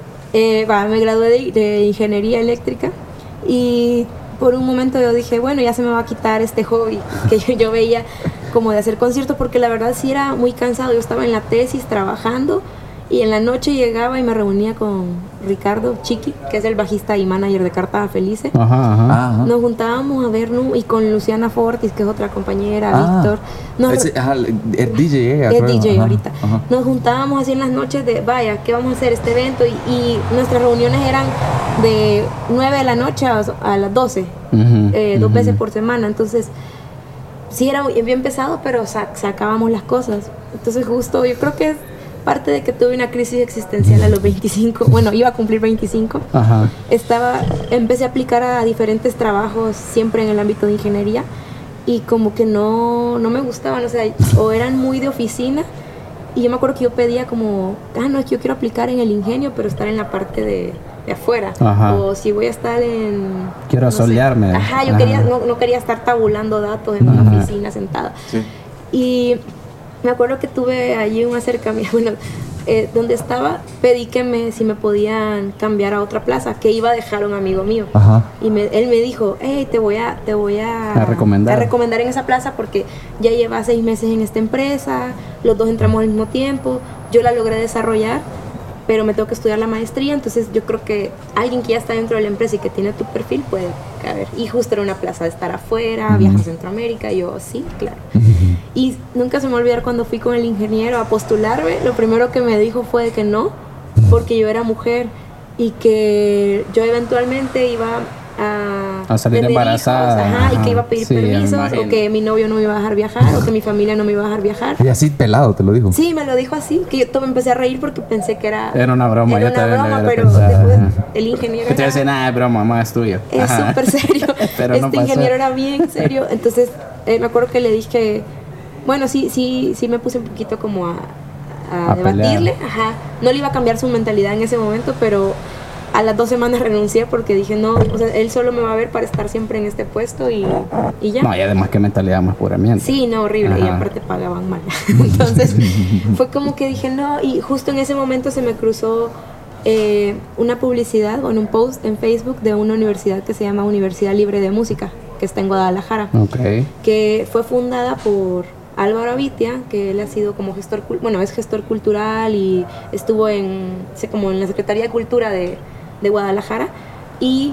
Me gradué de ingeniería eléctrica y por un momento yo dije, bueno, ya se me va a quitar este hobby que yo veía como de hacer conciertos, porque la verdad sí era muy cansado. Yo estaba en la tesis trabajando y en la noche llegaba y me reunía con Ricardo Chiqui, que es el bajista y manager de Carta Felice. Nos juntábamos a ver, y con Luciana Fortis, que es otra compañera, Víctor. Es DJ, es DJ ahorita. Nos juntábamos así en las noches de, vaya, ¿qué vamos a hacer este evento? Y nuestras reuniones eran de 9 de la noche a las 12, 2 veces por semana. Entonces, sí era bien pesado, pero sacábamos las cosas. Entonces, justo, yo creo que es parte de que tuve una crisis existencial a los 25, bueno, iba a cumplir 25. Empecé a aplicar a diferentes trabajos siempre en el ámbito de ingeniería y como que no me gustaban, o sea, o eran muy de oficina y yo me acuerdo que yo pedía como, no, es que yo quiero aplicar en el ingenio, pero estar en la parte de afuera, o si voy a estar en... Quiero solearme. Yo no quería estar tabulando datos en una oficina sentada. Sí. Y me acuerdo que tuve allí un acercamiento, donde estaba, pedí si me podían cambiar a otra plaza, que iba a dejar un amigo mío. Y él me dijo, hey, te voy a recomendar en esa plaza porque ya lleva 6 meses en esta empresa, los dos entramos al mismo tiempo, yo la logré desarrollar, pero me tengo que estudiar la maestría, entonces yo creo que alguien que ya está dentro de la empresa y que tiene tu perfil puede caber. Y justo era una plaza de estar afuera, viajar a Centroamérica, y yo, sí, claro. Y nunca se me va a olvidar cuando fui con el ingeniero a postularme, lo primero que me dijo fue de que no, porque yo era mujer y que yo eventualmente iba a salir embarazada, y que iba a pedir permisos, o que mi novio no me iba a dejar viajar, o que mi familia no me iba a dejar viajar. Y así pelado te lo dijo. Sí, me lo dijo así, que yo me empecé a reír porque pensé que era una broma. Pero después el ingeniero te dice, nada, es broma, mamá, es tuyo. Es súper serio. Pero este ingeniero era bien serio. Entonces me acuerdo que le dije, bueno, sí me puse un poquito como a debatirle. No le iba a cambiar su mentalidad en ese momento, pero a las 2 semanas renuncié porque dije, no, o sea, él solo me va a ver para estar siempre en este puesto y ya. No, y además qué mentalidad más puramente. Sí, no, horrible, y aparte pagaban mal. Entonces fue como que dije, no, y justo en ese momento se me cruzó una publicidad o un post en Facebook de una universidad que se llama Universidad Libre de Música, que está en Guadalajara, que fue fundada por Álvaro Avitia, que él ha sido como es gestor cultural y estuvo como en la Secretaría de Cultura de Guadalajara, y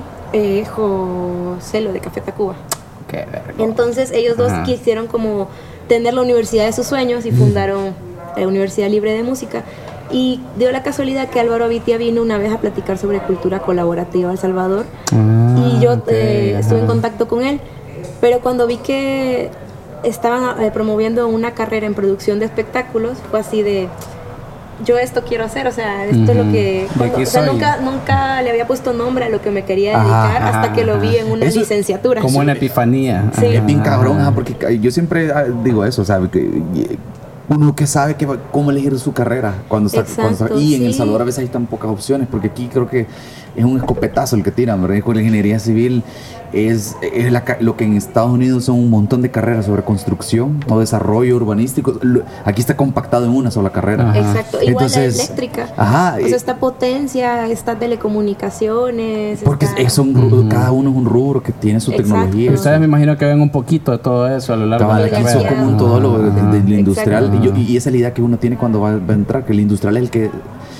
José de Café Tacuba. Entonces ellos dos quisieron como tener la universidad de sus sueños y fundaron la Universidad Libre de Música. Y dio la casualidad que Álvaro Avitia vino una vez a platicar sobre cultura colaborativa a El Salvador, y yo estuve en contacto con él, pero cuando vi que estaban promoviendo una carrera en producción de espectáculos, fue así de, yo esto quiero hacer, o sea, esto es lo que... nunca le había puesto nombre a lo que me quería dedicar hasta que lo vi en una licenciatura. Como una epifanía. Sí. Es bien cabrón, porque yo siempre digo eso, ¿sabes? Que uno que sabe cómo elegir su carrera cuando está y en El Salvador a veces hay tan pocas opciones, porque aquí creo que es un escopetazo el que tiran, ¿verdad? Con la ingeniería civil es lo que en Estados Unidos son un montón de carreras sobre construcción o desarrollo urbanístico. Aquí está compactado en una sola carrera. Exacto, igual entonces, la eléctrica. O sea, esta potencia, estas telecomunicaciones. Porque cada uno es un rubro que tiene su tecnología. Ustedes me imagino que ven un poquito de todo eso a lo largo de la carrera. Aquí son como un todólogo del industrial, y esa es la idea que uno tiene cuando va a entrar, que el industrial es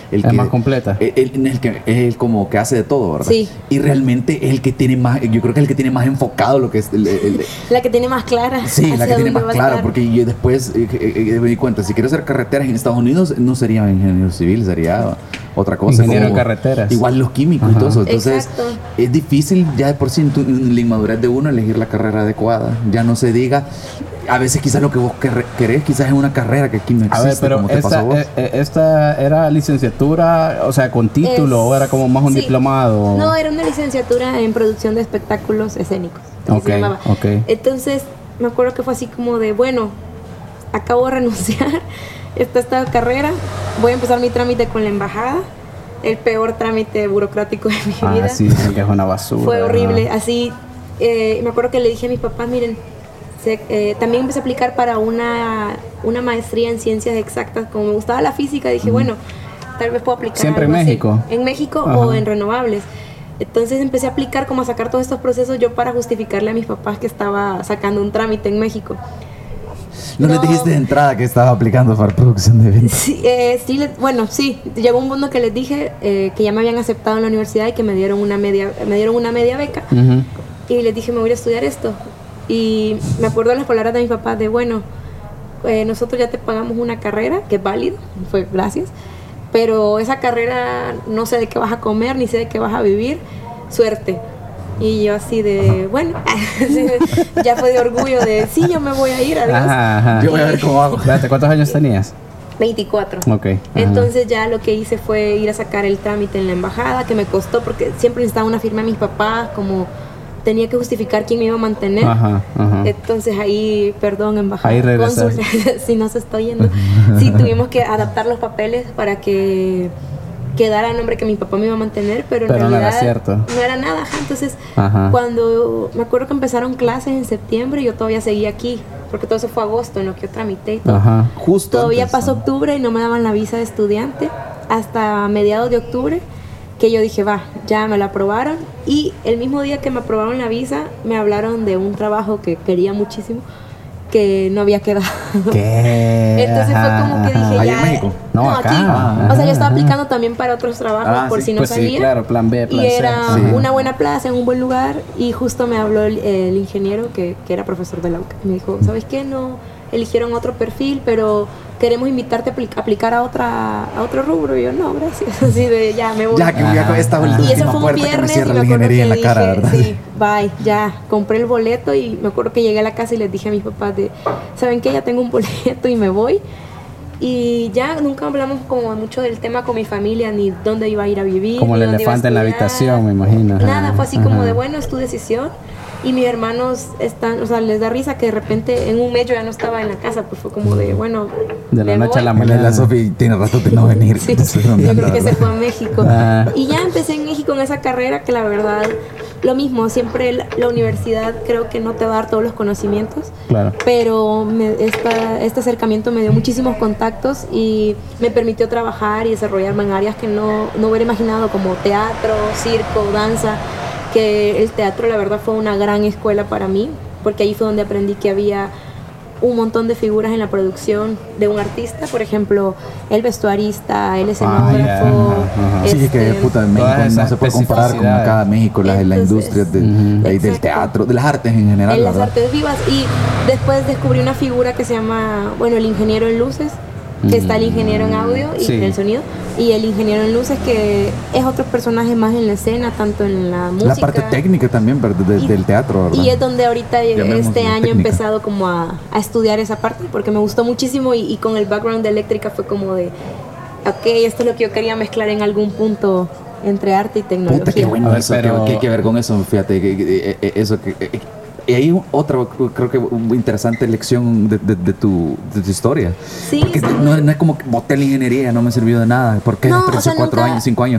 que más completa. El como que hace de todo, ¿verdad? Sí. Y realmente es el que tiene más, yo creo que es el que tiene más enfocado lo que es la que tiene más clara. Sí, la que tiene más clara, porque yo después me di cuenta, si quiero hacer carreteras en Estados Unidos, no sería ingeniero civil, sería otra cosa. Ingeniero en carreteras. Igual los químicos. Ajá. Y todo eso. Entonces, exacto, es difícil ya de por sí en la inmadurez de uno elegir la carrera adecuada. Ya no se diga, a veces quizás lo que vos querés quizás es una carrera que aquí no existe. A ver, pero como te pasó a vos. ¿Esta era licenciatura, o sea, con título, o era como más un diplomado? No, era una licenciatura en producción de espectáculos escénicos. Se llamaba. Entonces, me acuerdo que fue así como de, bueno, acabo de renunciar esta carrera, voy a empezar mi trámite con la embajada, el peor trámite burocrático de mi vida. Sí, dicen que es una basura. Fue horrible, así, me acuerdo que le dije a mis papás, miren, también empecé a aplicar para una maestría en ciencias exactas, como me gustaba la física, dije, bueno, tal vez puedo aplicar. ¿Siempre en México? En México o en renovables. Entonces empecé a aplicar, como a sacar todos estos procesos yo para justificarle a mis papás que estaba sacando un trámite en México. ¿No les dijiste de entrada que estaba aplicando para producción de eventos? Sí, sí. Llegó un punto que les dije que ya me habían aceptado en la universidad y que me dieron una media beca. Y les dije, me voy a estudiar esto. Y me acuerdo de las palabras de mi papá de, bueno, nosotros ya te pagamos una carrera, que es válida, fue gracias, pero esa carrera no sé de qué vas a comer, ni sé de qué vas a vivir, suerte. Y yo así de, bueno, ya fue de orgullo de, sí, yo me voy a ir, adiós. Yo voy a ver cómo hago. Espérate, ¿cuántos años tenías? 24. Okay. Entonces ya lo que hice fue ir a sacar el trámite en la embajada, que me costó porque siempre necesitaba una firma de mis papás, como tenía que justificar quién me iba a mantener. Entonces ahí, perdón, embajada, ahí cónsul, si no se está yendo, sí tuvimos que adaptar los papeles para que quedara el nombre que mi papá me iba a mantener, pero en realidad no era cierto. No era nada. Entonces, cuando me acuerdo que empezaron clases en septiembre, yo todavía seguía aquí, porque todo eso fue agosto en lo que yo tramité y todo. Justo todavía antes, pasó octubre y no me daban la visa de estudiante hasta mediados de octubre, que yo dije, va, ya me la aprobaron. Y el mismo día que me aprobaron la visa, me hablaron de un trabajo que quería muchísimo, que no había quedado. ¿Qué? Entonces fue como que dije, ¿Allá ya. en México? No, aquí. O sea, yo estaba aplicando también para otros trabajos por si no pues salía. Sí, claro, plan B, plan y C. era una buena plaza en un buen lugar. Y justo me habló el ingeniero que era profesor de la UCA. Y me dijo, ¿sabes qué? No eligieron otro perfil, pero queremos invitarte a aplicar a otro rubro. Y yo, no, gracias. Así de, ya, me voy. Ya, que ya esta Y eso última fue un puerta que me viernes cierra y la me acuerdo ingeniería en la que cara, dije, ¿verdad? sí, bye, ya, compré el boleto y me acuerdo que llegué a la casa y les dije a mis papás de, ¿saben qué? Ya tengo un boleto y me voy. Y ya nunca hablamos como mucho del tema con mi familia, ni dónde iba a ir a vivir. Como el elefante en la habitación, me imagino. Nada, fue así como de, bueno, es tu decisión. Y mis hermanos están, o sea, les da risa que de repente en un mes yo ya no estaba en la casa, pues fue como de, bueno, de la noche a la mañana. La Sofi tiene rato de no venir. Sí, yo creo que se fue a México. Y ya empecé en México en esa carrera que la verdad, lo mismo, siempre la universidad creo que no te va a dar todos los conocimientos. Claro. Pero este acercamiento me dio muchísimos contactos y me permitió trabajar y desarrollarme en áreas que no hubiera imaginado, como teatro, circo, danza. Que el teatro la verdad fue una gran escuela para mí, porque ahí fue donde aprendí que había un montón de figuras en la producción de un artista, por ejemplo, el vestuarista, el escenógrafo. Sí, que puta, en México no se puede comparar con acá México, la industria del teatro, de las artes en general. En las artes vivas. Y después descubrí una figura que se llama, bueno, el ingeniero en luces, que está el ingeniero en audio y en el sonido, y el ingeniero en luces, que es otro personaje más en la escena, tanto en la música. La parte técnica también del teatro, ¿verdad? Y es donde ahorita este año he empezado como a estudiar esa parte, porque me gustó muchísimo y con el background de eléctrica fue como de, ok, esto es lo que yo quería mezclar en algún punto entre arte y tecnología. Puta, qué bueno eso, pero ¿qué hay que ver con eso? Fíjate, eso que... Y hay otra, creo que interesante lección de tu historia. Sí, porque sí. No es como que boté la ingeniería, no me sirvió de nada. Porque después de 4 años, 5 años.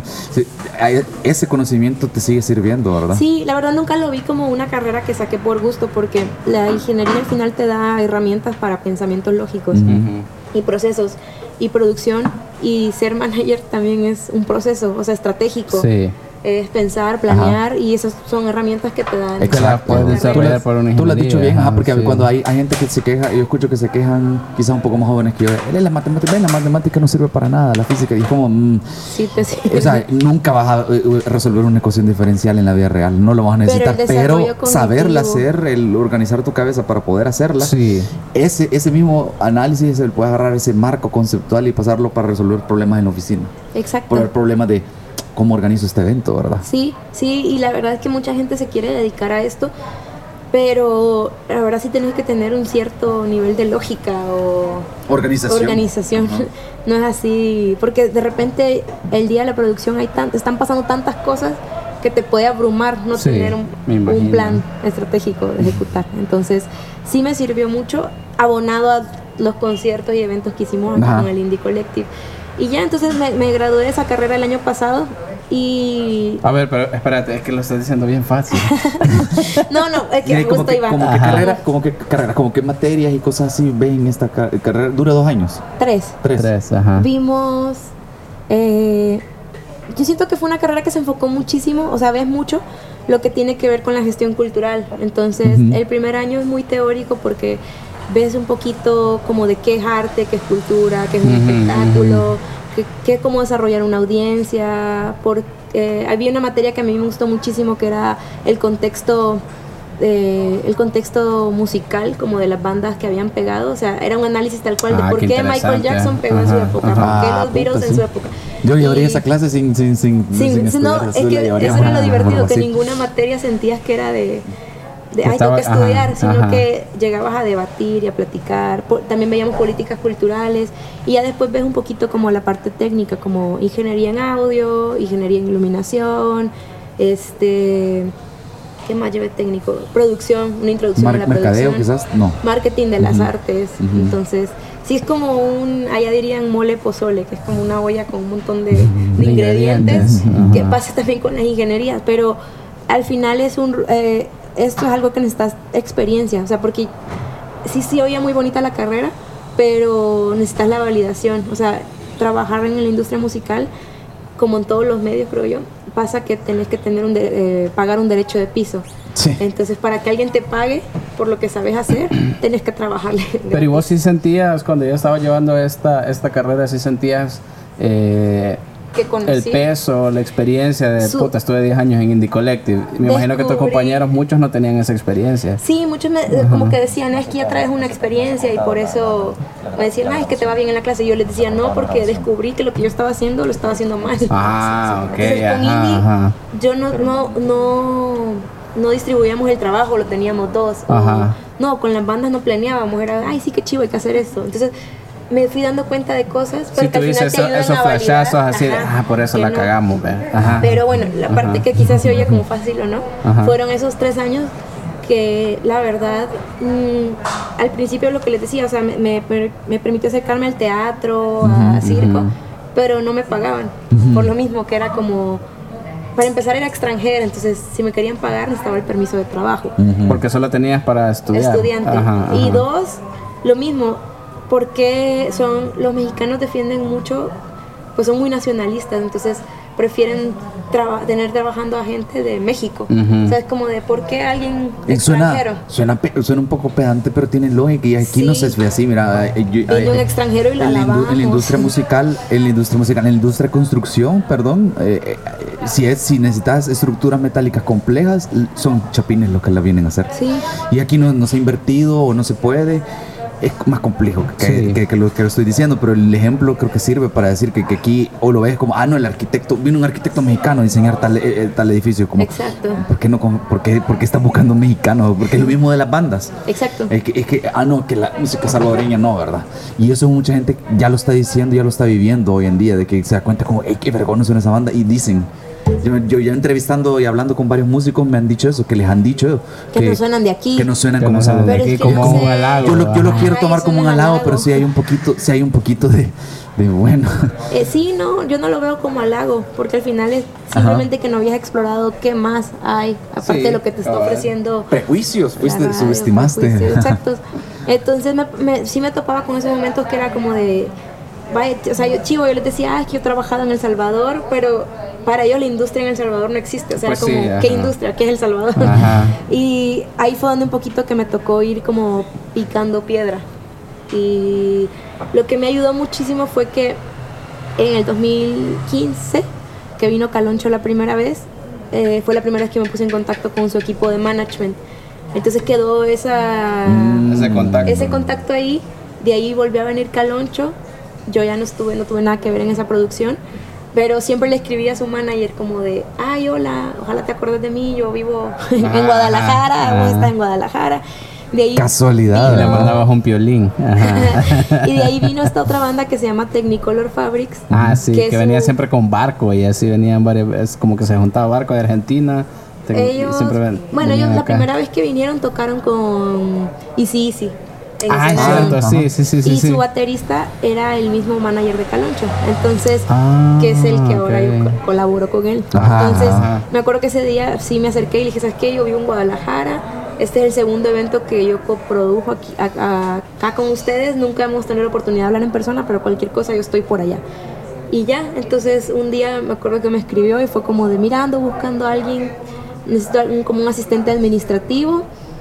Ese conocimiento te sigue sirviendo, ¿verdad? Sí, la verdad nunca lo vi como una carrera que saqué por gusto, porque la ingeniería al final te da herramientas para pensamientos lógicos y procesos y producción. Y ser manager también es un proceso, o sea, estratégico. Sí. es pensar, planear, y esas son herramientas que te dan. Exacto. Puedes desarrollar por una Tú lo has dicho bien, porque sí. cuando hay gente que se queja, yo escucho que se quejan, quizás un poco más jóvenes que yo, la matemática no sirve para nada, la física, y es como, Sí, te sirve. o sea, nunca vas a resolver una ecuación diferencial en la vida real, no lo vas a necesitar, Pero el desarrollo pero saberla cognitivo. hacer, el organizar tu cabeza para poder hacerla, Sí. ese mismo análisis, el puedes agarrar ese marco conceptual y pasarlo para resolver problemas en la oficina, Exacto. por el problema de cómo organizo este evento, ¿verdad? Sí, y la verdad es que mucha gente se quiere dedicar a esto, pero la verdad sí tienes que tener un cierto nivel de lógica o organización. No es así, porque de repente el día de la producción están pasando tantas cosas que te puede abrumar no Sí, tener me un imagino. plan estratégico de ejecutar. Entonces sí me sirvió mucho, abonado a los conciertos y eventos que hicimos acá Ajá. con el Indie Collective. Y ya entonces me gradué de esa carrera el año pasado y... A ver, pero espérate, es que lo estás diciendo bien fácil. No, es que Como justo que, iba. como que materias y cosas así ven esta carrera, dura 2 años. 3. 3, ajá. Vimos... yo siento que fue una carrera que se enfocó muchísimo, o sea, ves mucho lo que tiene que ver con la gestión cultural. Entonces, Ujú. el primer año es muy teórico porque ves un poquito como de qué es arte, qué es cultura, qué es un Ujú, espectáculo, qué cómo desarrollar una audiencia. Había una materia que a mí me gustó muchísimo que era el contexto musical como de las bandas que habían pegado, o sea, era un análisis tal cual de por qué qué Michael interesante. Jackson pegó en su Ajá, época, ajá. por qué los Puta, Beatles en sí. su época. Yo llevaría Y- esa clase sin no, estudiar, es que la llevaría eso era lo divertido, que así. ninguna materia sentías que era de tengo Estaba- que estudiar, ajá, sino ajá. que llegabas a debatir y a platicar. También veíamos políticas culturales y ya después ves un poquito como la parte técnica, como ingeniería en audio, ingeniería en iluminación, ¿qué más llevé técnico? Producción, una introducción a la Mercadeo, producción. quizás, no. Marketing de las Ujú, artes. ujú. Entonces, sí es como allá dirían mole pozole, que es como una olla con un montón de ingredientes, Ajá. que pasa también con las ingenierías, pero al final esto es algo que necesitas experiencia, o sea, porque sí oye muy bonita la carrera, pero necesitas la validación, o sea, trabajar en la industria musical, como en todos los medios, creo yo, pasa que tenés que tener pagar un derecho de piso. Sí. Entonces, para que alguien te pague por lo que sabes hacer, tenés que trabajarle. Pero ¿y vos sí sentías, cuando yo estaba llevando esta carrera, sí sentías que conocí. el peso, la experiencia de, Su- puta, estuve 10 años en Indie Collective? Me imagino que tus Descubrí- compañeros, muchos no tenían esa experiencia. Sí, muchos como que decían, es que ya traes una experiencia y por eso me decían, ay, es que te va bien en la clase. Y yo les decía, no, porque descubrí que lo que yo estaba haciendo lo estaba haciendo mal. Ah, ok, Entonces, con Indie, ajá. yo no distribuíamos el trabajo, lo teníamos dos. O, Ajá. no, con las bandas no planeábamos, era, ay, sí, qué chivo, hay que hacer esto. Entonces, me fui dando cuenta de cosas, pero Si que al final tuviste te ayudan esos a validar. flashazos así, Ajá, por eso que la no. cagamos, ve. Ajá. Pero bueno, la parte que quizás se oye como fácil o no, Ajá. fueron esos 3 años que la verdad, al principio lo que les decía, o sea, me permitió acercarme al teatro, a circo, pero no me pagaban, por lo mismo que era como, para empezar era extranjera, entonces si me querían pagar necesitaba el permiso de trabajo. Porque solo tenías para estudiar. Estudiante. Ajá, Y ajá. 2, lo mismo, porque los mexicanos defienden mucho, pues son muy nacionalistas, entonces prefieren tener trabajando a gente de México. Ujú. O sea, es como de por qué alguien Suena extranjero. un poco pedante, pero tiene lógica y aquí no Sí. se ve así. Mira, Vino un extranjero y lo alabamos. en la industria musical, en la industria de construcción, perdón, si necesitas estructuras metálicas complejas, son chapines los que la vienen a hacer. Sí. Y aquí no se ha invertido o no se puede. Es más complejo Sí. que lo estoy diciendo, pero el ejemplo creo que sirve para decir que aquí o lo ves como, no, vino un arquitecto mexicano a diseñar tal edificio. Como, Exacto. ¿por qué estás buscando mexicanos? Porque es lo mismo de las bandas. Exacto. Que la música salvadoreña no, ¿verdad? Y eso mucha gente ya lo está diciendo, ya lo está viviendo hoy en día, de que se da cuenta como, qué vergüenza suena esa banda, y dicen. Yo ya entrevistando y hablando con varios músicos me han dicho eso, que les han dicho Que no suenan de aquí. que no suenan Que como no suenan de salvadoreños. Pero es aquí, que como no un sé. halago. Yo lo Ajá, quiero tomar eso como es un un halago, halago. pero sí hay un poquito de bueno. Sí, no, yo no lo veo como halago, porque al final es simplemente que no habías explorado qué más hay, aparte Sí, de lo que te está cabal. ofreciendo. Prejuicios, la fuiste, radio, subestimaste. prejuicios, exacto. Entonces sí me topaba con esos momentos que era como de, vaya, o sea, yo les decía, es que yo he trabajado en El Salvador, pero para ellos la industria en El Salvador no existe, o sea, Pues como, sí, ¿qué ajá. industria? ¿Qué es El Salvador? Ajá. Y ahí fue donde un poquito que me tocó ir como picando piedra. Y lo que me ayudó muchísimo fue que en el 2015, que vino Caloncho la primera vez, fue la primera vez que me puse en contacto con su equipo de management. Entonces quedó Ese contacto. ese contacto ahí. De ahí volvió a venir Caloncho. Yo ya no tuve nada que ver en esa producción, pero siempre le escribí a su manager como de, ay, hola, ojalá te acuerdes de mí, yo vivo en Guadalajara, vos estás en Guadalajara. De ahí Casualidad. Le mandabas un piolín. Ajá. y de ahí vino esta otra banda que se llama Technicolor Fabrics. Sí, que venía siempre con barco y así venían varias veces, como que se juntaba barco de Argentina. Ellos, bueno, ellos la primera vez que vinieron tocaron con Easy Easy. Es cierto, sí. Y su baterista era el mismo manager de Caloncho, entonces, que es el que ahora yo colaboro con él. Entonces, me acuerdo que ese día sí me acerqué y le dije, ¿sabes qué? Yo vivo en Guadalajara, este es el segundo evento que yo coprodujo acá con ustedes, nunca hemos tenido la oportunidad de hablar en persona, pero cualquier cosa yo estoy por allá. Y ya, entonces un día me acuerdo que me escribió y fue como de, mira, ando buscando a alguien, necesito como un asistente administrativo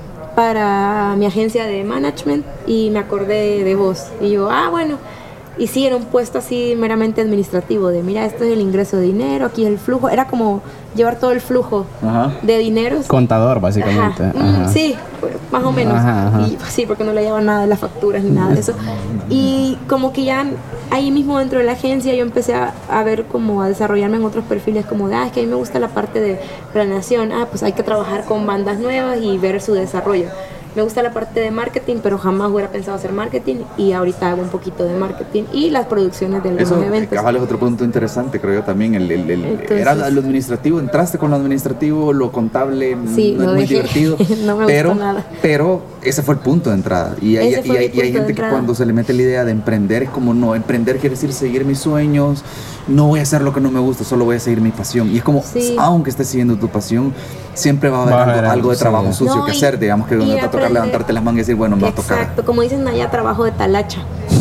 para mi agencia de management y me acordé de vos. Y yo, bueno. Y sí, era un puesto así meramente administrativo, de mira, esto es el ingreso de dinero, aquí es el flujo. Era como llevar todo el flujo de dineros. Contador, básicamente. Sí, más o menos. Y sí, porque no le llevaba nada de las facturas ni nada de eso. Y como que ya ahí mismo dentro de la agencia yo empecé a ver como a desarrollarme en otros perfiles como de, es que a mí me gusta la parte de planeación, pues hay que trabajar con bandas nuevas y ver su desarrollo. Me gusta la parte de marketing, pero jamás hubiera pensado hacer marketing y ahorita hago un poquito de marketing y las producciones de algunos eventos. Cabal es otro punto interesante, creo yo también. Entonces, era lo administrativo, entraste con lo administrativo, lo contable, sí, no es muy divertido. No me gustó nada. Pero ese fue el punto de entrada. Y hay gente que cuando se le mete la idea de emprender, es como no, emprender quiere decir seguir mis sueños, no voy a hacer lo que no me gusta, solo voy a seguir mi pasión. Y es como, aunque estés siguiendo tu pasión, siempre va a haber algo de trabajo sucio que hacer, digamos, que donde te va a tocar levantarte las mangas y decir, bueno, me va a tocar. Exacto, como dicen allá, trabajo de talacha.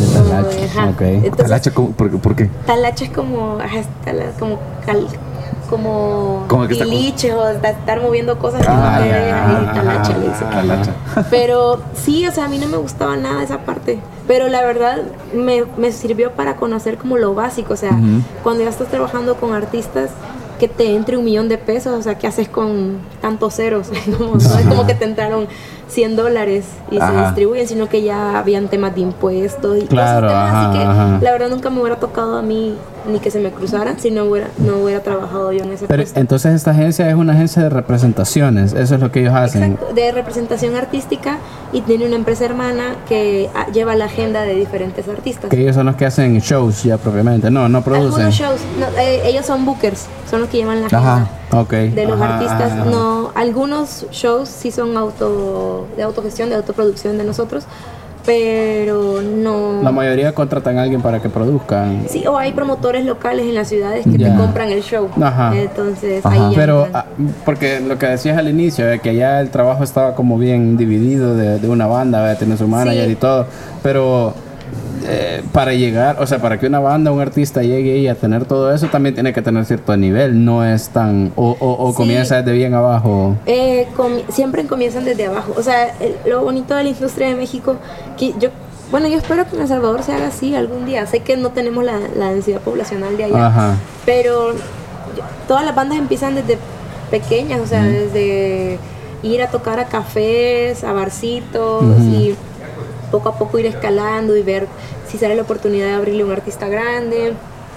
Okay. ¿Talacha por qué? Talacha es como, como liche o estar moviendo cosas que no te dejan, talacha le dice. Pero sí, o sea, a mí no me gustaba nada esa parte, pero la verdad me sirvió para conocer como lo básico, o sea, cuando ya estás trabajando con artistas que te entre $1 millón de pesos, o sea, ¿qué haces con tantos ceros? No es como que te entraron $100 y se distribuyen, sino que ya habían temas de impuestos y cosas así que la verdad nunca me hubiera tocado a mí ni que se me cruzaran si no hubiera trabajado yo en ese puesto. Entonces esta agencia es una agencia de representaciones, eso es lo que ellos hacen. Exacto, de representación artística, y tiene una empresa hermana que lleva la agenda de diferentes artistas. Que ellos son los que hacen shows ya propiamente, no producen. Algunos shows, ellos son bookers, son los que llevan la agenda de los artistas. No, algunos shows sí son de autogestión, de autoproducción de nosotros, pero no. La mayoría contratan a alguien para que produzcan. Sí, o hay promotores locales en las ciudades que te compran el show. Entonces ahí pero porque lo que decías al inicio, que ya el trabajo estaba como bien dividido de una banda, tiene su manager y todo, pero para llegar, o sea, para que una banda, un artista llegue ahí a tener todo eso, también tiene que tener cierto nivel, no es tan, o comienza desde bien abajo. Siempre comienzan desde abajo, o sea, lo bonito de la industria de México, que yo espero que en El Salvador se haga así algún día. Sé que no tenemos la densidad poblacional de allá, pero todas las bandas empiezan desde pequeñas, o sea, desde ir a tocar a cafés, a barcitos y poco a poco ir escalando y ver si sale la oportunidad de abrirle a un artista grande,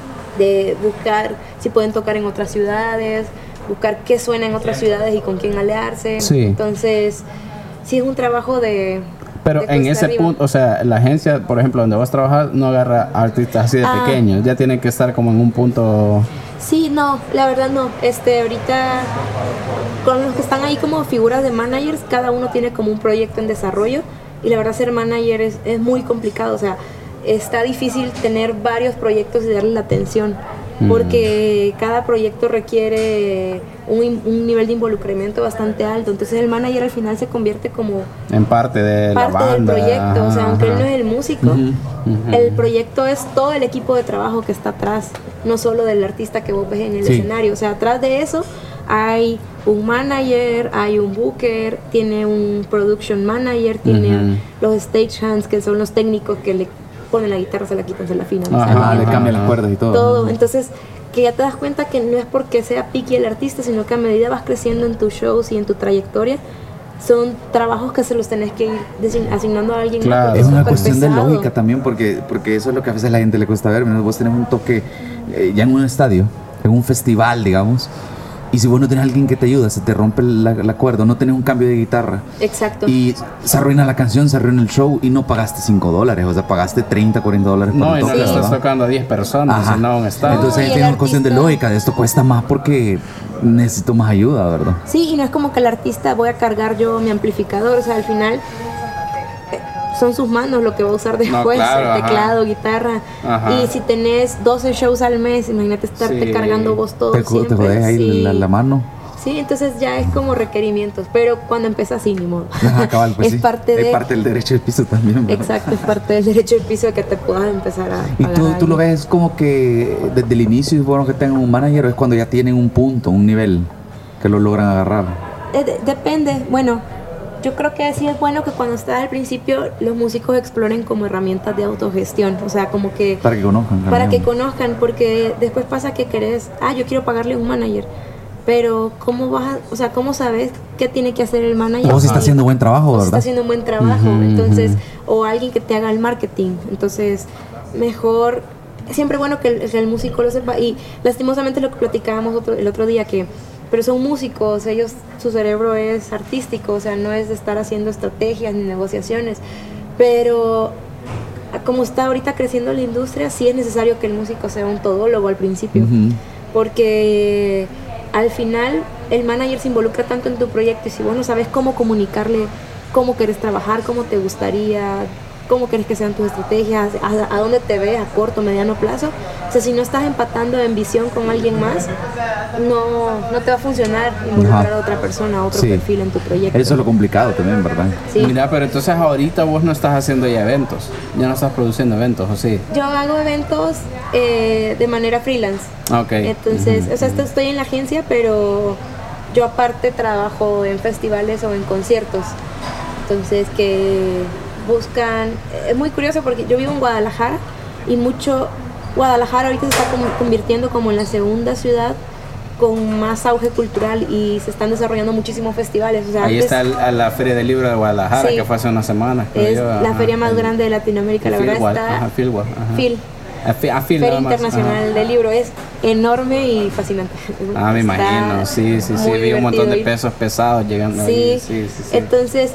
de buscar si pueden tocar en otras ciudades, buscar qué suena en otras ciudades y con quién aliarse. Entonces, sí es un trabajo de... Pero en ese punto, o sea, la agencia, por ejemplo, donde vas a trabajar, no agarra artistas así de pequeños, ya tienen que estar como en un punto... Sí, no, la verdad no. Ahorita, con los que están ahí como figuras de managers, cada uno tiene como un proyecto en desarrollo. Y la verdad ser manager es muy complicado, o sea, está difícil tener varios proyectos y darle la atención. porque cada proyecto requiere un nivel de involucramiento bastante alto. Entonces el manager al final se convierte como en parte de la banda, del proyecto. O sea, aunque él no es el músico, el proyecto es todo el equipo de trabajo que está atrás, no solo del artista que vos ves en el escenario. O sea, atrás de eso hay un manager, hay un booker, tiene un production manager, tiene los stage hands, que son los técnicos que le ponen la guitarra, se la quitan, se la afinan, le cambian las cuerdas y todo. Entonces, que ya te das cuenta que no es porque sea picky el artista, sino que a medida vas creciendo en tus shows y en tu trayectoria, son trabajos que se los tenés que ir asignando a alguien. Claro. Es una cuestión de lógica también, porque eso es lo que a veces a la gente le cuesta ver. Vos tenés un toque ya en un estadio, en un festival, digamos, y si vos no tenés a alguien que te ayuda, se te rompe la cuerda, no tenés un cambio de guitarra. Exacto. Y se arruina la canción, se arruina el show y no pagaste $5, o sea, pagaste $30, $40 por el toque. No, le estás tocando a 10 personas, no un estadio. Entonces ahí tiene una cuestión de lógica, de esto cuesta más porque necesito más ayuda, ¿verdad? Sí, y no es como que el artista voy a cargar yo mi amplificador, o sea, al final son sus manos lo que va a usar después, el teclado, guitarra. Y si tenés 12 shows al mes, imagínate estarte cargando vos todo siempre. Te jodés ahí la mano. Sí, entonces ya es como requerimientos, pero cuando empiezas así, ni modo. Cabal, pues es parte del derecho del piso también, ¿verdad? Exacto, es parte del derecho del piso de que te puedas empezar a ¿Y tú lo ves como que desde el inicio es bueno que tengan un manager o es cuando ya tienen un punto, un nivel que lo logran agarrar? Depende, bueno, yo creo que sí es bueno que cuando estás al principio los músicos exploren como herramientas de autogestión, o sea, como que... Para que conozcan. Para que conozcan, porque después pasa que querés, yo quiero pagarle a un manager, pero ¿cómo cómo sabes qué tiene que hacer el manager? O si está haciendo buen trabajo, ¿verdad? Si está haciendo un buen trabajo, entonces, o alguien que te haga el marketing, entonces, mejor... Siempre bueno que el músico lo sepa, y lastimosamente lo que platicábamos el otro día, pero son músicos, su cerebro es artístico, o sea, no es de estar haciendo estrategias ni negociaciones, pero como está ahorita creciendo la industria, sí es necesario que el músico sea un todólogo al principio, porque al final el manager se involucra tanto en tu proyecto, y si vos no sabes cómo comunicarle cómo querés trabajar, cómo te gustaría, cómo querés que sean tus estrategias, a dónde te ves a corto, mediano plazo. O sea, si no estás empatando en visión con alguien más, no te va a funcionar involucrar a otra persona, a otro perfil en tu proyecto. Eso es lo complicado también, ¿verdad? Sí. Mira, pero entonces ahorita vos no estás haciendo ya eventos, ya no estás produciendo eventos, ¿o sí? Yo hago eventos de manera freelance. Okay. Entonces, o sea, estoy en la agencia, pero yo aparte trabajo en festivales o en conciertos. Entonces, que buscan... Es muy curioso porque yo vivo en Guadalajara y Guadalajara ahorita se está convirtiendo como en la segunda ciudad con más auge cultural y se están desarrollando muchísimos festivales. O sea, ahí está la Feria del Libro de Guadalajara, que fue hace unas semanas. Es la feria más grande de Latinoamérica, la verdad está... Feria Internacional del Libro, es enorme y fascinante. Me imagino, sí, vi un montón de pesos pesados llegando ahí. Sí. Entonces,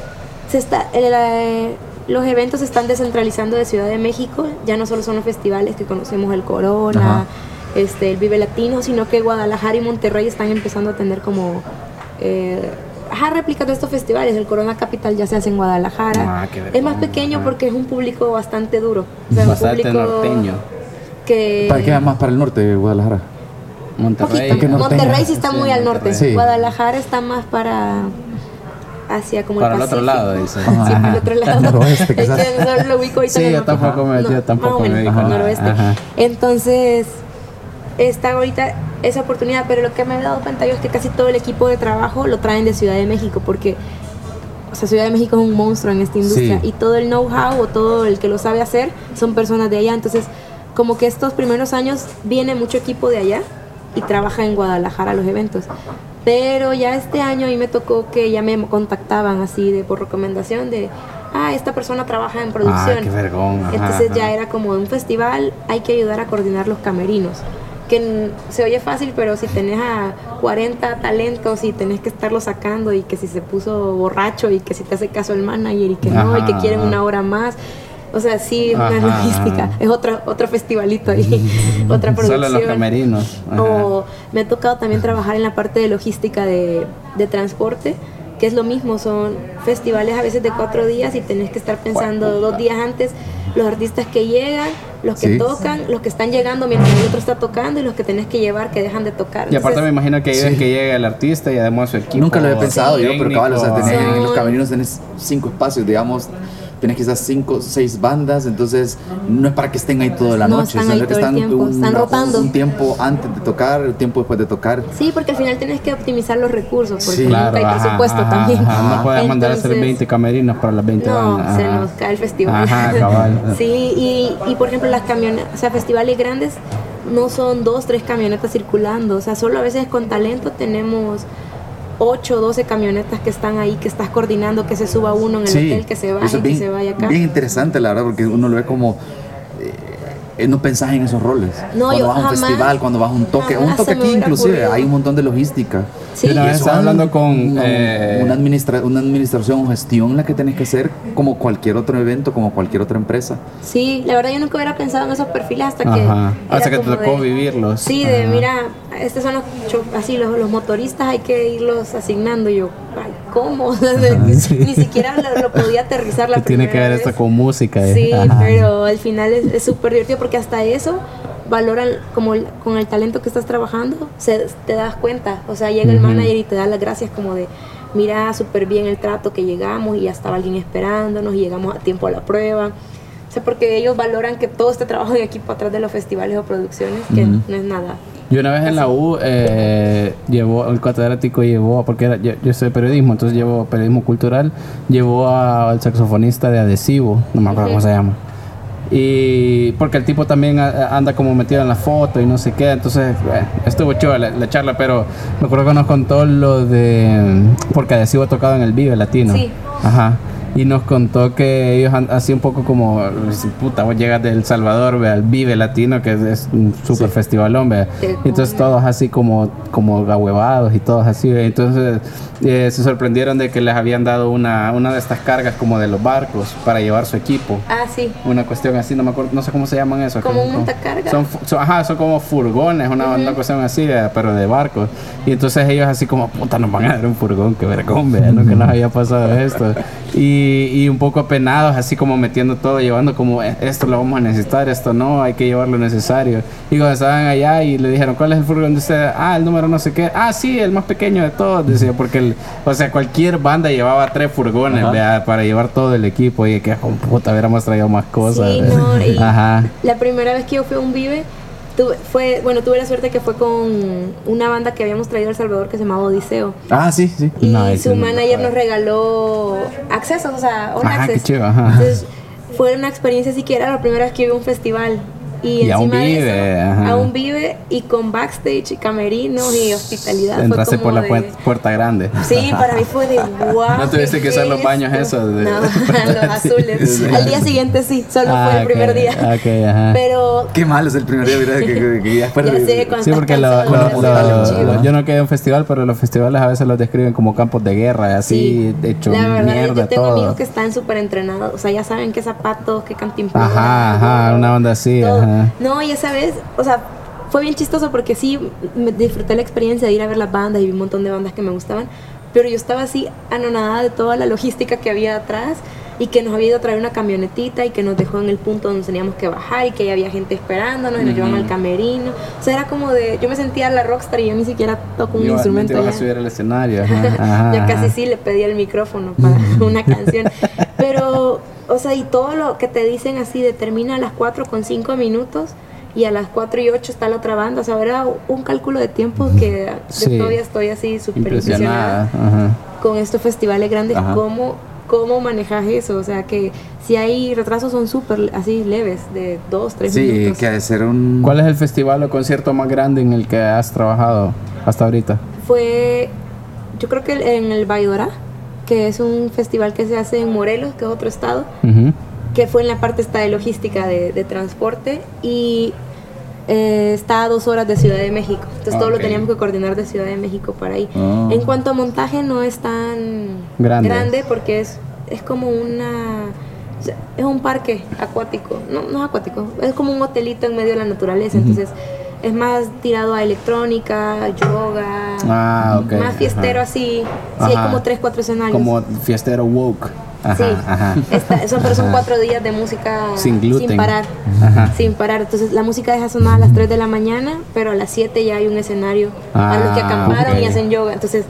los eventos se están descentralizando de Ciudad de México, ya no solo son los festivales que conocemos, el Corona, el Vive Latino, sino que Guadalajara y Monterrey están empezando a tener como réplicas de estos festivales. El Corona Capital ya se hace en Guadalajara. Es más pequeño porque es un público bastante duro, o sea, bastante norteño. ¿Para qué va más para el norte de Guadalajara? Monterrey sí está muy al norte. Sí. Guadalajara está más hacia como para el otro lado, dice. Sí, para el otro lado. Noroeste, quizás. Es que no lo ubico ahorita. Sí, yo tampoco me dijo. Noroeste. Entonces, está ahorita esa oportunidad, pero lo que me he dado cuenta yo es que casi todo el equipo de trabajo lo traen de Ciudad de México, porque, o sea, Ciudad de México es un monstruo en esta industria, y todo el know-how o todo el que lo sabe hacer son personas de allá. Entonces, como que estos primeros años viene mucho equipo de allá y trabaja en Guadalajara los eventos. Pero ya este año a mí me tocó que ya me contactaban así por recomendación de esta persona trabaja en producción. Qué vergón. Entonces ya era como un festival, hay que ayudar a coordinar los camerinos. Que se oye fácil, pero si tenés a 40 talentos y tenés que estarlo sacando, y que si se puso borracho y que si te hace caso el manager y que no, y que quieren una hora más. O sea, sí, una logística. Es otro festivalito ahí, otra producción. Solo los camerinos. O me ha tocado también trabajar en la parte de logística de transporte, que es lo mismo, son festivales a veces de 4 días y tenés que estar pensando 2 días antes los artistas que llegan, los que tocan, los que están llegando mientras el otro está tocando y los que tenés que llevar que dejan de tocar. Y aparte me imagino que ahí ves que llega el artista y además su equipo. Nunca lo había pensado yo, pero cabal, o sea, en los Son- camerinos tenés 5 espacios, digamos, tenés quizás 5 o 6 bandas, entonces no es para que estén ahí toda la No, noche, están ahí sino que todo el tiempo, están rotando. un tiempo antes de tocar, un tiempo después de tocar. Sí, porque al final tienes que optimizar los recursos, porque Sí, nunca hay presupuesto también. No puedes mandar a hacer Entonces, 20 camerinos para las 20 No, bandas. se nos cae el festival. Ajá, cabal. Sí, y por ejemplo las camionetas, o sea, festivales grandes no son 2, 3 camionetas circulando, o sea, solo a veces con talento tenemos 8, 12 camionetas que están ahí, que estás coordinando, que se suba uno en el hotel, que se eso baje, es que se vaya acá. bien interesante, la verdad, porque uno lo ve como... no pensás en esos roles. No, cuando yo vas a un jamás- festival, cuando vas a un toque jamás se me aquí hubiera inclusive, ocurrido. hay un montón de logística. Sí. Yo una vez Eso estaba es hablando con... una administración o gestión la que tenés que hacer como cualquier otro evento, como cualquier otra empresa. Sí, la verdad yo nunca hubiera pensado en esos perfiles hasta que... Ajá. era Hasta que te como tocó de- vivirlos. Sí, de Ajá. mira, estos son así los motoristas, hay que irlos asignando. Y yo, ay, ¿cómo? O sea, sí. Ni siquiera lo podía aterrizar la Que tiene que ver primera vez. esto con música. Sí, Ajá. pero al final es súper divertido porque hasta eso valoran como con el talento que estás trabajando, te das cuenta. O sea, llega el Ujú. manager y te da las gracias como de, mira, súper bien el trato que llegamos y ya estaba alguien esperándonos y llegamos a tiempo a la prueba. O sea, porque ellos valoran que todo este trabajo en equipo atrás de los festivales o producciones, que Ujú. no es nada. Yo una vez en la U llevó, el catedrático llevó, porque yo soy periodismo, entonces llevo periodismo cultural, llevó al saxofonista de Adhesivo, no me acuerdo cómo se llama. Y porque el tipo también anda como metido en la foto y no sé qué, entonces estuvo chido la charla, pero me acuerdo que nos contó lo de, porque Adhesivo ha tocado en el Vive Latino. Sí. Ajá. Y nos contó que ellos así un poco como, puta, vos llegas de El Salvador, ve, al Vive Latino, que es un super festivalón, ve. Y entonces todos así como ahuevados y todos así, ve. Entonces se sorprendieron de que les habían dado una de estas cargas como de los barcos para llevar su equipo. Ah, sí. Una cuestión así, no me acuerdo, no sé cómo se llaman eso. Como un montacarga. Son como furgones, una cuestión así, pero de barcos. Y entonces ellos así como, puta, nos van a dar un furgón, qué vergón, vea, ¿no? Que nos había pasado esto. Y un poco apenados, así como metiendo todo, llevando como, esto lo vamos a necesitar, esto no, hay que llevar lo necesario. Y cuando estaban allá y le dijeron, ¿cuál es el furgón de usted? Ah, el número no sé qué. Ah, sí, el más pequeño de todos, decía, porque o sea, cualquier banda llevaba 3 furgones, vea, para llevar todo el equipo. Y que, puta, hubiéramos traído más cosas. Sí, no, y Ajá. la primera vez que yo fui a un Vive, tuve la suerte que fue con una banda que habíamos traído a El Salvador que se llamaba Odiseo. Ah, sí, sí. Y No, ese su no. manager nos regaló accesos, o sea, all Ajá, access. qué chido, ajá. Entonces, fue una experiencia así que era la primera vez que iba a un festival. Y a un encima de Vive, eso, ajá. a un Vive y con backstage y camerinos y hospitalidad. Entraste fue por como la de- puerta grande. Sí, para mí fue de wow. ¿No tuviste que usar los baños esos de- No, los azules. Al día siguiente sí, solo fue el primer día. Ok, ajá. Pero Qué malo es el primer día, mira, que ya después... ya sé, cuando Sí, estás porque cansado, chivo. yo no quedé en festival, pero los festivales a veces los describen como campos de guerra, así, Sí, hecho la verdad, mierda yo tengo todo. amigos que están súper entrenados, o sea, ya saben qué zapatos, qué cantimplora. Ajá, una onda así, todo. ajá. No, y esa vez, o sea, fue bien chistoso porque sí, me disfruté la experiencia de ir a ver las bandas y vi un montón de bandas que me gustaban, pero yo estaba así anonadada de toda la logística que había atrás y que nos había ido a traer una camionetita y que nos dejó en el punto donde teníamos que bajar y que ya había gente esperándonos y nos llevaban al camerino. O sea, era como de, yo me sentía la rockstar y yo ni siquiera toco un instrumento. Te vas a ya. subir al escenario, ajá, ajá, Ya casi ajá. sí le pedí el micrófono para una canción. Pero, o sea, y todo lo que te dicen así de termina a las 4:05 y a las 4:08 está la otra banda. O sea, era un cálculo de tiempo que Sí. yo todavía estoy así súper Impresionada, impresionada ajá. con estos festivales grandes. Ajá. ¿Cómo manejas eso? O sea, que si hay retrasos son súper así leves, de 2-3 Sí, minutos. que ha de ser un... ¿Cuál es el festival o concierto más grande en el que has trabajado hasta ahorita? Fue, yo creo que en el Baidora, que es un festival que se hace en Morelos, que es otro estado, Ujú. que fue en la parte esta de logística de transporte y está a 2 horas de Ciudad de México. Entonces todo lo Ok. teníamos que coordinar de Ciudad de México para ahí. Oh. En cuanto a montaje no es tan Grande. porque es como es un parque acuático. No es acuático, es como un hotelito en medio de la naturaleza. Entonces es más tirado a electrónica, yoga, Ah, ok. más fiestero Ajá. así. Sí, hay Ajá. como 3-4 escenarios. Como fiestero woke. Pero son 4 días de música sin gluten, sin parar. Sin parar. Entonces la música deja sonar a las 3 de la mañana, pero a las 7 ya hay un escenario para los que acamparon y hacen yoga. Entonces,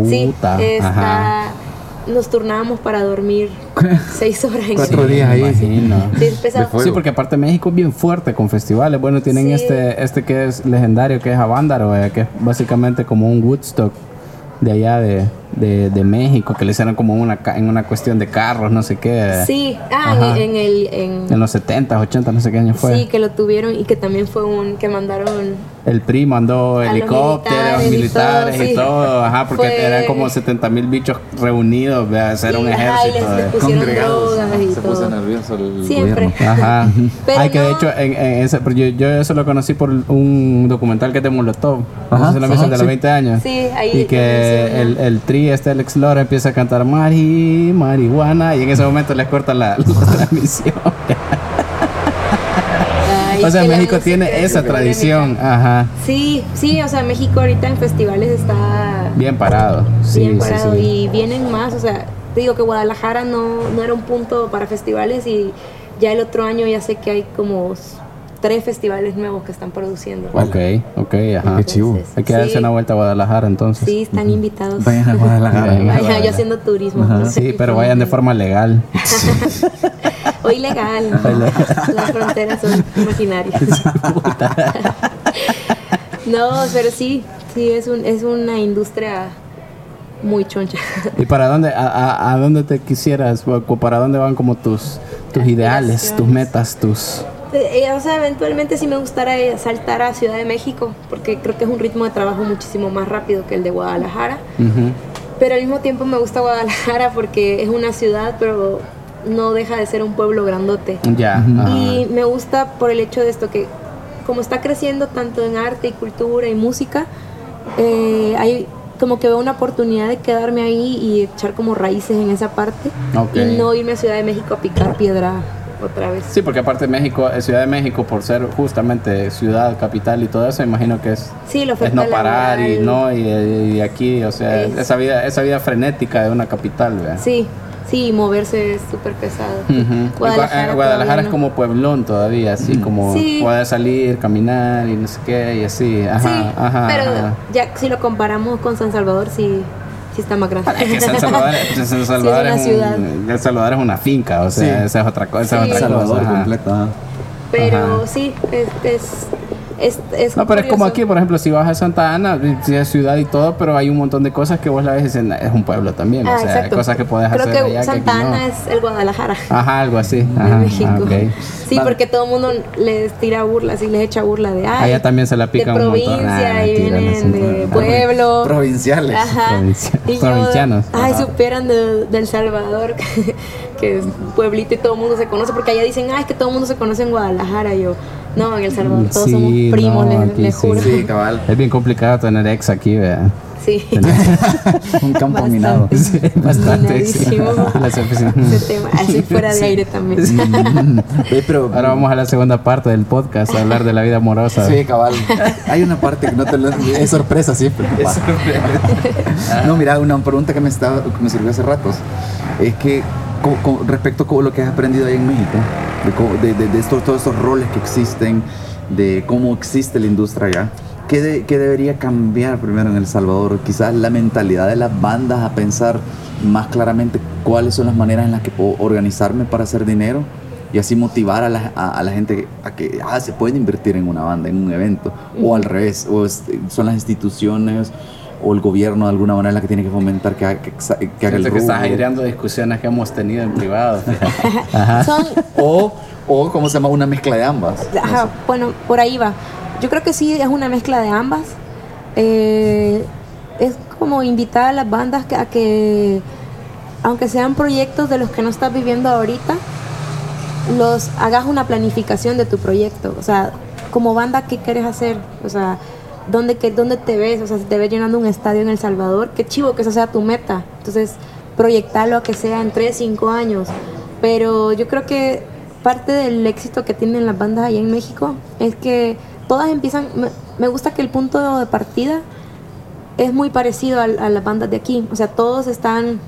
nos turnábamos para dormir 6 horas en 4 días ahí. Sí, es pesado. Sí, porque aparte México es bien fuerte con festivales. Bueno, tienen este que es legendario, que es Avándaro, que es básicamente como un Woodstock de allá de México, que le hicieron como en una cuestión de carros, no sé qué. Sí, en los 70, 80, no sé qué año fue. Sí, que lo tuvieron y que también fue que mandaron. El PRI mandó helicópteros, militares y todo, porque eran como 70,000 bichos reunidos, era un ejército. Y les pusieron drogas y se puso nervioso el siempre. gobierno. Pero que de hecho, yo eso lo conocí por un documental que es de Molotov, no sé si lo viste, de los 20 años. Sí, ahí y que el TRI, Alex Lora, empieza a cantar marihuana, y en ese momento les cortan la transmisión. O sea, México tiene esa tradición. Sí, o sea, México ahorita en festivales está bien parado. Sí. Y vienen más, o sea, te digo que Guadalajara no era un punto para festivales y ya el otro año ya sé que hay como 3 festivales nuevos que están produciendo. Ok, ajá. Qué chivo. Hay que darse una vuelta a Guadalajara entonces. Sí, están invitados. Vayan a Guadalajara. Vayan, yo haciendo turismo. Sí, pero vayan de forma legal. O ilegal. Las fronteras son imaginarias. No, pero sí, es una industria muy choncha. ¿Y para dónde, a dónde te quisieras, o para dónde van como tus ideales, tus metas, O sea, eventualmente sí me gustaría saltar a Ciudad de México, porque creo que es un ritmo de trabajo muchísimo más rápido que el de Guadalajara. Pero al mismo tiempo me gusta Guadalajara porque es una ciudad, pero no deja de ser un pueblo grandote. Y me gusta por el hecho de esto, que como está creciendo tanto en arte y cultura y música, hay como que veo una oportunidad de quedarme ahí y echar como raíces en esa parte y no irme a Ciudad de México a picar piedra otra vez. Sí, porque aparte Ciudad de México, por ser justamente ciudad, capital y todo eso, imagino que es no parar y aquí, o sea, esa vida frenética de una capital, ¿verdad? Sí, moverse es súper pesado. Guadalajara es como pueblón todavía, así como puedes salir, caminar y no sé qué, y así. Pero ya si lo comparamos con San Salvador, sí está más grande. Es que San Salvador es una ciudad. El Salvador es una finca, o sea, esa es otra cosa. Salvador completa. Pero sí, es no, pero es como aquí, por ejemplo, si vas a Santa Ana, sí es ciudad y todo, pero hay un montón de cosas que vos la ves y es un pueblo también, o sea, hay cosas que puedes hacer allá. Creo que Santa Ana es el Guadalajara. Algo así. De México. Sí, porque todo el mundo les tira burlas y les echa burla de allá también se la pican un montón. Provincia y vienen de pueblo. Provinciales. Provincianos. Supieran del Salvador, que es un pueblito y todo el mundo se conoce, porque allá dicen, es que todo el mundo se conoce en Guadalajara. Yo, no, en El Salvador todos somos primos, les juro. Sí, cabal. Es bien complicado tener ex aquí, ¿verdad? Sí. Un campo minado. Bastante. Ese tema, así fuera de aire también. Pero ahora vamos a la segunda parte del podcast, a hablar de la vida amorosa. Sí, cabal. Hay una parte que no te lo... Es sorpresa siempre. No, mira, una pregunta que me sirvió hace ratos es que con respecto a lo que has aprendido ahí en México, de todos estos roles que existen, de cómo existe la industria allá, ¿qué debería cambiar primero en El Salvador? Quizás la mentalidad de las bandas, a pensar más claramente cuáles son las maneras en las que puedo organizarme para hacer dinero y así motivar a la gente a que se puede invertir en una banda, en un evento, o al revés, son las instituciones o el gobierno de alguna manera la que tiene que fomentar que haga el rubro. Que estás aireando discusiones que hemos tenido en privado. O ¿cómo se llama? Una mezcla de ambas. Bueno, por ahí va. Yo creo que sí es una mezcla de ambas. Es como invitar a las bandas a que, aunque sean proyectos de los que no estás viviendo ahorita, los hagas una planificación de tu proyecto. O sea, como banda, ¿qué quieres hacer? O sea, ¿dónde te ves? O sea, si te ves llenando un estadio en El Salvador, qué chivo que esa sea tu meta. Entonces, proyectarlo a que sea en 3, 5 años. Pero yo creo que parte del éxito que tienen las bandas allá en México es que todas empiezan... Me gusta que el punto de partida es muy parecido a las bandas de aquí. O sea, todos están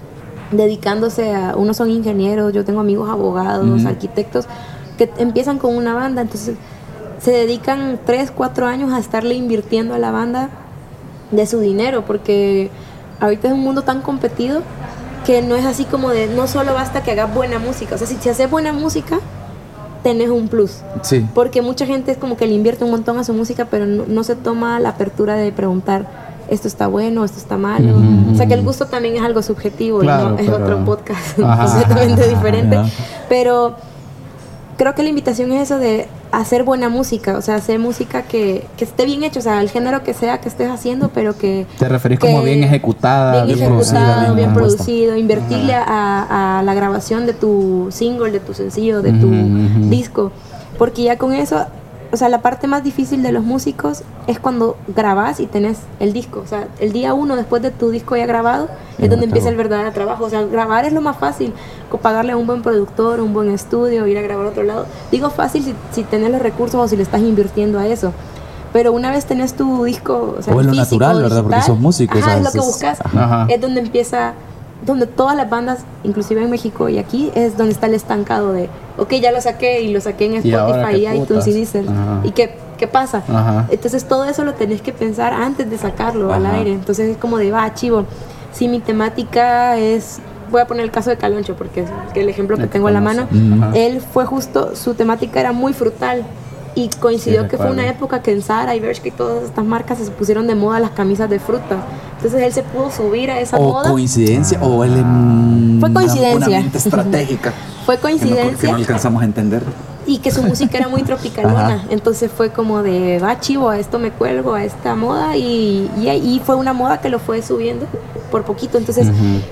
dedicándose a, unos son ingenieros, yo tengo amigos abogados, arquitectos, que empiezan con una banda, entonces se dedican 3, 4 años a estarle invirtiendo a la banda de su dinero, porque ahorita es un mundo tan competido que no es así como de, no solo basta que hagas buena música, o sea, si haces buena música, tenés un plus. Sí. Porque mucha gente es como que le invierte un montón a su música, pero no se toma la apertura de preguntar, esto está bueno, esto está malo. O sea, que el gusto también es algo subjetivo, claro, ¿no? Es pero... otro podcast completamente diferente. Pero creo que la invitación es eso de hacer buena música, o sea, hacer música que esté bien hecha, o sea, el género que sea que estés haciendo, pero que... Te referís como bien ejecutada, bien ejecutado, bien compuesta. producido, invertirle a la grabación de tu single, de tu sencillo, de tu disco, porque ya con eso, o sea, la parte más difícil de los músicos es cuando grabas y tenés el disco, o sea, el día 1 después de tu disco ya grabado es donde empieza el verdadero trabajo, o sea, grabar es lo más fácil, pagarle a un buen productor, un buen estudio, ir a grabar a otro lado. Digo fácil si tenés los recursos o si le estás invirtiendo a eso. Pero una vez tenés tu disco, o sea, o es lo físico, natural, ¿verdad? digital, Porque sos músicos. es lo que buscas. Es donde empieza, donde todas las bandas, inclusive en México y aquí, es donde está el estancado de, ok, ya lo saqué y lo saqué en Spotify, y iTunes y Deezer. ¿Y qué pasa? Entonces todo eso lo tenés que pensar antes de sacarlo al aire. Entonces es como de, chivo, si mi temática es... Voy a poner el caso de Caloncho porque es el ejemplo que tengo en la mano. Él fue justo, su temática era muy frutal y coincidió que fue una época que en Zara y Bershka y todas estas marcas se pusieron de moda las camisas de fruta. Entonces él se pudo subir a esa moda. ¿O coincidencia o él fue coincidencia. Una mente estratégica? Fue coincidencia. Que no alcanzamos a entender. Y que su música era muy tropicalona. Entonces fue como de, chivo, a esto me cuelgo, a esta moda. Y fue una moda que lo fue subiendo por poquito. Entonces,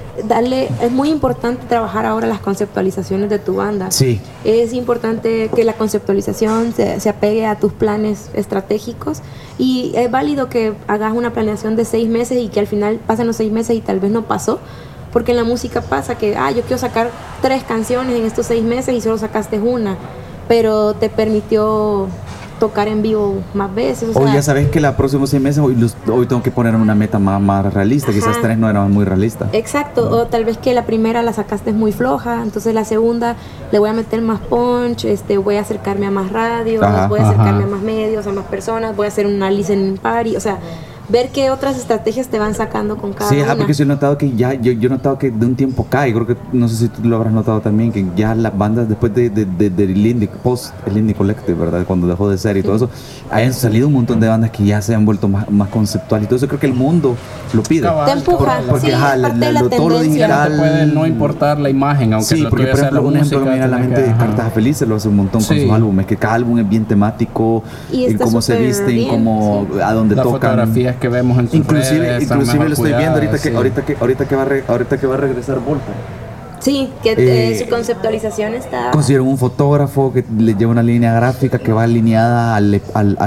es muy importante trabajar ahora las conceptualizaciones de tu banda. Sí. Es importante que la conceptualización se apegue a tus planes estratégicos. Y es válido que hagas una planeación de 6 meses y que al final pasen los 6 meses y tal vez no pasó. Porque en la música pasa que, yo quiero sacar 3 canciones en estos 6 meses y solo sacaste una. Pero te permitió tocar en vivo más veces. O ya sabes que los próximos 6 meses hoy tengo que poner una meta más realista. Quizás 3 no eran muy realistas. Exacto. O tal vez que la primera la sacaste muy floja, entonces la segunda le voy a meter más punch, voy a acercarme a más radios, voy a acercarme a más medios, a más personas, voy a hacer una listening party, o sea, ver qué otras estrategias te van sacando con cada una. Porque yo he notado que yo he notado que de un tiempo cae, creo que, no sé si tú lo habrás notado también, que ya las bandas después del indie, el indie collective, ¿verdad? Cuando dejó de ser y todo eso, hayan salido un montón de bandas que ya se han vuelto más conceptual y todo eso, creo que el mundo lo pide. Te empuja, porque es parte de la todo lo tendencia. digital Te puede no importar la imagen, aunque sí, porque por ejemplo un ejemplo que me viene a la mente de Cartas Felices lo hace un montón con sus álbumes, que cada álbum es bien temático, en cómo se visten, cómo a dónde las tocan, fotografías que vemos en sus inclusive lo estoy viendo ahorita que va a regresar Volta. Sí, que su conceptualización está... Consiguieron un fotógrafo que le lleva una línea gráfica que va alineada al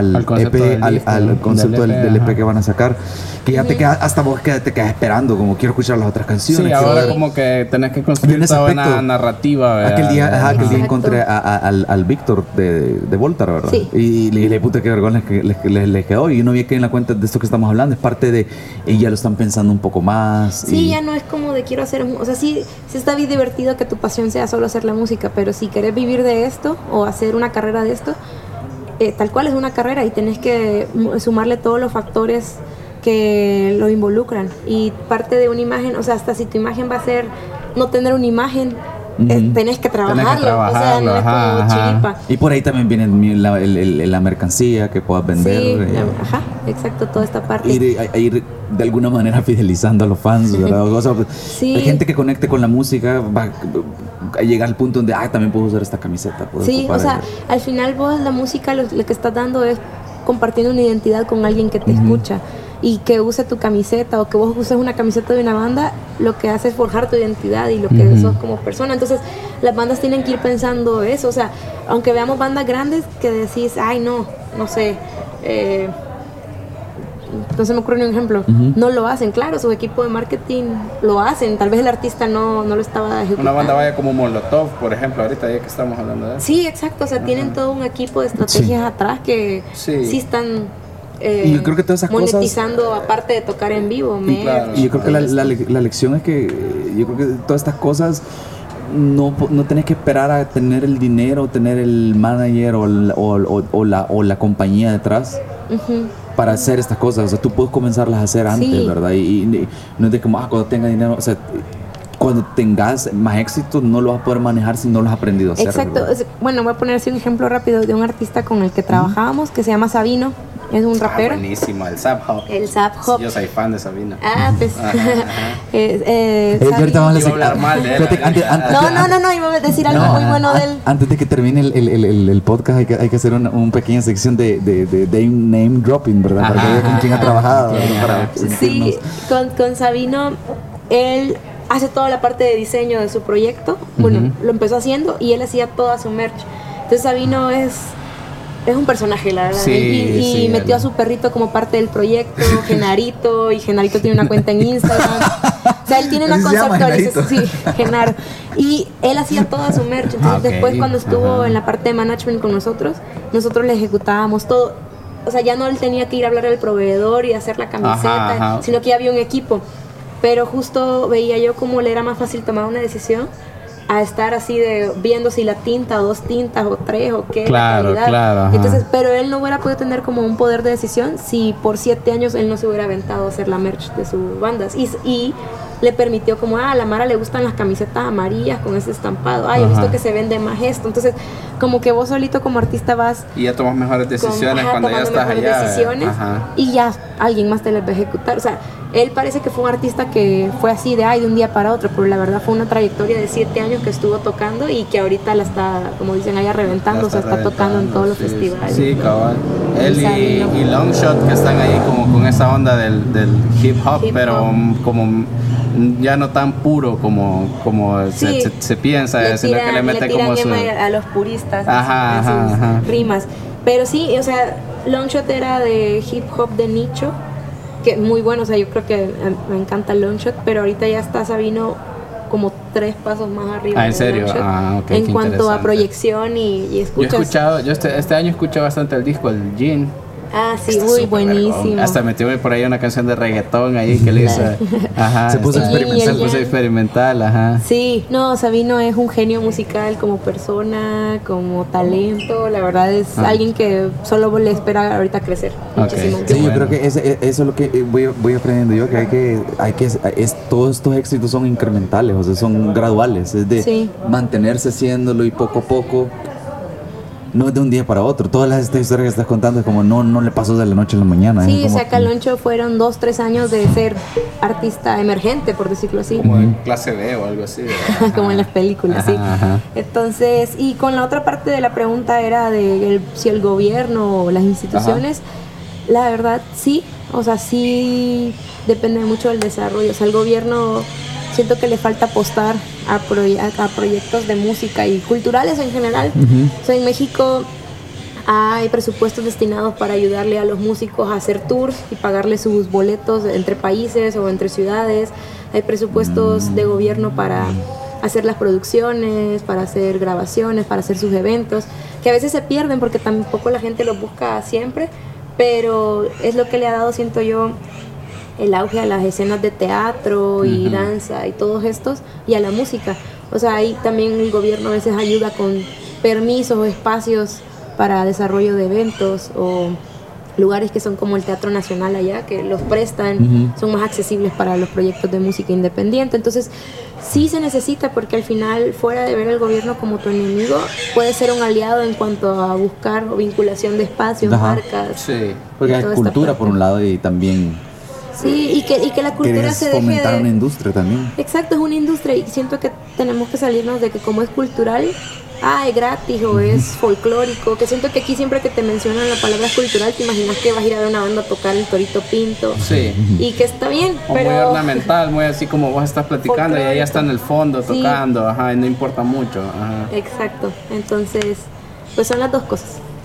concepto del EP que van a sacar. Que ya te quedas, hasta vos te quedas esperando, como quiero escuchar las otras canciones. Sí, ahora como que tenés que construir toda una narrativa, ¿verdad? Aquel día encontré al Víctor de Volta, ¿verdad? Sí. Y le dije, puta, qué vergüenza les quedó. Y uno vi que en la cuenta de esto que estamos hablando es parte de, y ya lo están pensando un poco más. Sí, ya no es como de quiero hacer, o sea, sí está bien divertido que tu pasión sea solo hacer la música, pero si querés vivir de esto o hacer una carrera de esto, tal cual es una carrera y tenés que sumarle todos los factores que lo involucran. Y parte de una imagen, o sea, hasta si tu imagen va a ser no tener una imagen, tenés que trabajarlo, o sea, no es como chiripa. Y por ahí también viene la mercancía que puedas vender. Sí, exacto, toda esta parte. Ir de alguna manera fidelizando a los fans, ¿verdad? O sea, hay gente que conecte con la música, va a llegar al punto donde también puedo usar esta camiseta. Sí, o sea, al final vos la música lo que estás dando es compartiendo una identidad con alguien que te escucha. Y que use tu camiseta o que vos uses una camiseta de una banda, lo que hace es forjar tu identidad y lo que sos como persona. Entonces las bandas tienen que ir pensando eso, o sea, aunque veamos bandas grandes que decís, no sé, no se me ocurre ni un ejemplo, no lo hacen, claro, su equipo de marketing lo hacen, tal vez el artista no lo estaba ejecutando. Una banda vaya como Molotov, por ejemplo, ahorita ya que estamos hablando de eso. Sí, exacto, o sea, tienen todo un equipo de estrategias atrás que sí están y yo creo que todas esas monetizando cosas, aparte de tocar en vivo. Y yo creo que la lección es que yo creo que todas estas cosas no tenés que esperar a tener el dinero, tener el manager o la compañía detrás para hacer estas cosas. O sea, tú puedes comenzarlas a hacer antes, ¿verdad? Y no es de como, cuando tenga dinero, o sea, cuando tengas más éxito no lo vas a poder manejar si no lo has aprendido a hacer. Exacto. Bueno, voy a poner así un ejemplo rápido de un artista con el que trabajábamos que se llama Sabino. Es un rapero. Buenísimo, el Zap Hop. El Zap Hop. Yo soy fan de Sabino. Pues. Yo ahorita vamos a hablar mal de él. No, iba a decir algo muy bueno de él. Antes de que termine el podcast, hay que hacer una pequeña sección de name dropping, ¿verdad? Para que vean con quién ha trabajado. Sí, con Sabino, él hace toda la parte de diseño de su proyecto. Bueno, lo empezó haciendo y él hacía toda su merch. Entonces Sabino es un personaje, la verdad. Y metió a su perrito como parte del proyecto, Genarito, y Genarito tiene una cuenta en Instagram. O sea, él tiene una conceptualización. Sí, Genaro. Y él hacía toda su merch. Entonces, después, cuando estuvo en la parte de management con nosotros le ejecutábamos todo. O sea, ya no él tenía que ir a hablar al proveedor y hacer la camiseta, sino que ya había un equipo. Pero justo veía yo cómo le era más fácil tomar una decisión a estar así de viendo si la tinta o 2 tintas o 3 o qué, claro. Entonces, pero él no hubiera podido tener como un poder de decisión si por 7 años él no se hubiera aventado a hacer la merch de sus bandas y le permitió como, a la Mara le gustan las camisetas amarillas con ese estampado, he visto que se vende más esto, entonces como que vos solito como artista vas y ya tomas mejores decisiones cuando ya estás allá, decisiones, y ya alguien más te las va a ejecutar. O sea, él parece que fue un artista que fue así de un día para otro, pero la verdad fue una trayectoria de 7 años que estuvo tocando y que ahorita la está, como dicen allá, reventando, o sea, está tocando en todos los festivales. Sí, cabal. Él y Longshot, que están ahí como con esa onda del hip hop, pero como ya no tan puro como se piensa, sino que le mete como su... a los puristas sus rimas. Pero sí, o sea, Longshot era de hip hop de nicho, que muy bueno, o sea, yo creo que me encanta Longshot, pero ahorita ya está Sabino como 3 pasos más arriba. ¿En serio? Longshot, en cuanto a proyección y escuchas. Yo este año escuché bastante el disco, el Gin. Sí, buenísimo. Hasta metió por ahí una canción de reggaetón ahí que le hizo. Se puso experimental. Sí, no, Sabino es un genio musical como persona, como talento. La verdad es alguien que solo le espera ahorita crecer muchísimo. Sí, yo creo que eso es lo que voy aprendiendo yo, que todos estos éxitos son incrementales, o sea, son graduales. Es de mantenerse haciéndolo y poco a poco. No es de un día para otro. Todas estas historias que estás contando es como no le pasó de la noche a la mañana. Sí, o sea, Caloncho fueron 2-3 años de ser artista emergente, por decirlo así. Como en clase B o algo así. Como en las películas, sí. Entonces, y con la otra parte de la pregunta era de si el gobierno o las instituciones, la verdad sí, o sea, sí depende mucho del desarrollo. O sea, el gobierno siento que le falta apostar a proyectos de música y culturales en general. O sea, en México hay presupuestos destinados para ayudarle a los músicos a hacer tours y pagarle sus boletos entre países o entre ciudades. Hay presupuestos de gobierno para hacer las producciones, para hacer grabaciones, para hacer sus eventos, que a veces se pierden porque tampoco la gente los busca siempre, pero es lo que le ha dado, siento yo, el auge a las escenas de teatro y danza y todos estos, y a la música. O sea, ahí también el gobierno a veces ayuda con permisos o espacios para desarrollo de eventos, o lugares que son como el Teatro Nacional allá, que los prestan, son más accesibles para los proyectos de música independiente. Entonces sí se necesita, porque al final, fuera de ver al gobierno como tu enemigo, puede ser un aliado en cuanto a buscar vinculación de espacios, marcas. Sí, porque hay cultura por un lado y también... Sí, y que la cultura se deje fomentar una industria también. Exacto, es una industria, y siento que tenemos que salirnos de que como es cultural, es gratis o es folclórico, que siento que aquí siempre que te mencionan la palabra cultural te imaginas que vas a ir a ver una banda a tocar el Torito Pinto. Sí. Y que está bien, o pero... muy ornamental, muy así como vos estás platicando folclórico. Y ella está en el fondo tocando, y no importa mucho. Exacto, entonces, pues son las dos cosas.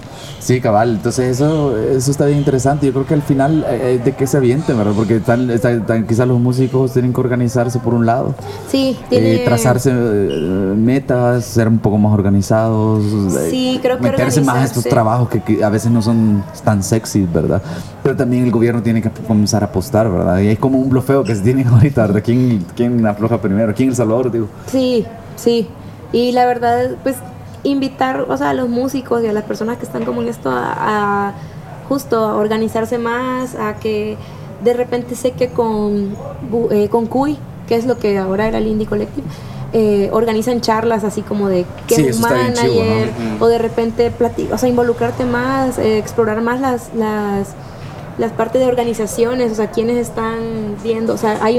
Sí, cabal, entonces eso está bien interesante. Yo creo que al final de que se avienten, ¿verdad? Porque quizás los músicos tienen que organizarse por un lado. Sí, trazarse metas, ser un poco más organizados. Sí, creo que meterse más a estos trabajos que a veces no son tan sexy, ¿verdad? Pero también el gobierno tiene que comenzar a apostar, ¿verdad? Y es como un blofeo que se tienen ahorita, ¿verdad? ¿Quién afloja primero? ¿Quién El Salvador, digo? Sí. Y la verdad, pues invitar, o sea, a los músicos y a las personas que están como en esto a justo a organizarse más, a que de repente sé que con CUI, que es lo que ahora era el Indie Collective, organizan charlas así como de qué es un manager, chivo, ¿no? O de repente o sea, involucrarte más, explorar más las partes de organizaciones, o sea, quienes están viendo, o sea, hay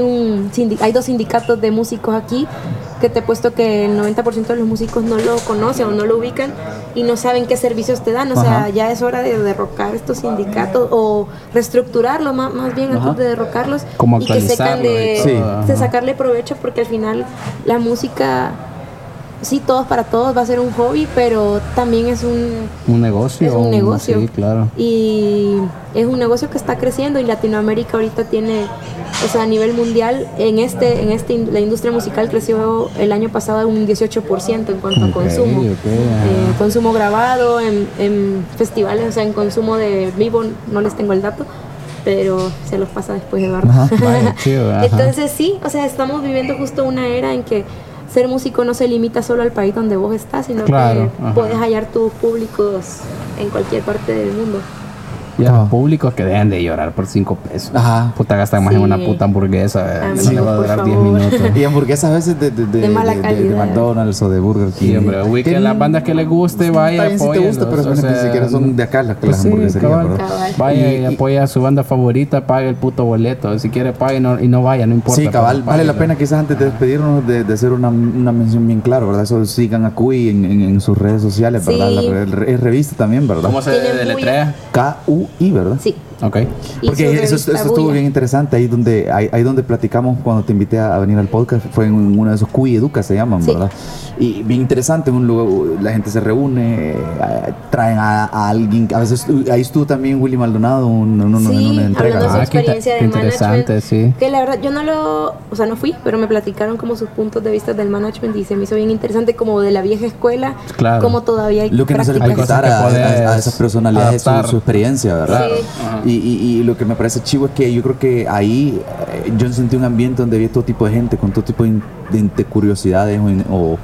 2 sindicatos de músicos aquí que te he puesto que el 90% de los músicos no lo conocen o no lo ubican y no saben qué servicios te dan, o sea, ya es hora de derrocar estos sindicatos o reestructurarlos más bien antes de derrocarlos y que sepan de sacarle provecho, porque al final la música, sí, todos para todos va a ser un hobby, pero también es un negocio. Es un negocio. Sí, claro. Y es un negocio que está creciendo y Latinoamérica ahorita tiene, o sea, a nivel mundial, la industria musical creció el año pasado un 18% en cuanto a consumo. Consumo grabado, en festivales, o sea, en consumo de vivo, no les tengo el dato, pero se los pasa después, Eduardo. Vaya, chido, Entonces sí, o sea, estamos viviendo justo una era en que ser músico no se limita solo al país donde vos estás, sino que puedes hallar tus públicos en cualquier parte del mundo. Y a los públicos que dejen de llorar por 5 pesos. Puta, gastan más en una puta hamburguesa. No le va a durar 10 minutos. Y hamburguesas a veces de mala calidad. De McDonald's o de Burger King. Sí, hombre, que las bandas que les guste, vaya, apoyen. Si te gusta, pero ni siquiera son de acá las hamburgueserías, ¿verdad? Vaya y apoya a su banda favorita, pague el puto boleto. Si quiere, pague y no vaya, no importa. Sí, cabal, vale la pena quizás antes de despedirnos de hacer una mención bien clara, ¿verdad? Eso sigan a Cui en sus redes sociales, ¿verdad? Es revista también, ¿verdad? ¿Cómo se deletrea? KUI, ¿verdad? Sí. Okay. Porque eso estuvo bien interesante, ahí donde platicamos cuando te invité a venir al podcast, fue en uno de esos CUI Educa se llaman, ¿verdad? Y bien interesante, en un lugar la gente se reúne, traen a alguien, a veces ahí estuvo también Willy Maldonado en una entrega. Hablando de su experiencia de interesante, management, que la verdad yo no fui, pero me platicaron como sus puntos de vista del management y se me hizo bien interesante, como de la vieja escuela, como todavía hay lo que no se le puede quitar a esas personalidades su experiencia, ¿verdad? Sí. Y lo que me parece chivo es que yo creo que ahí yo sentí un ambiente donde había todo tipo de gente con todo tipo de curiosidades o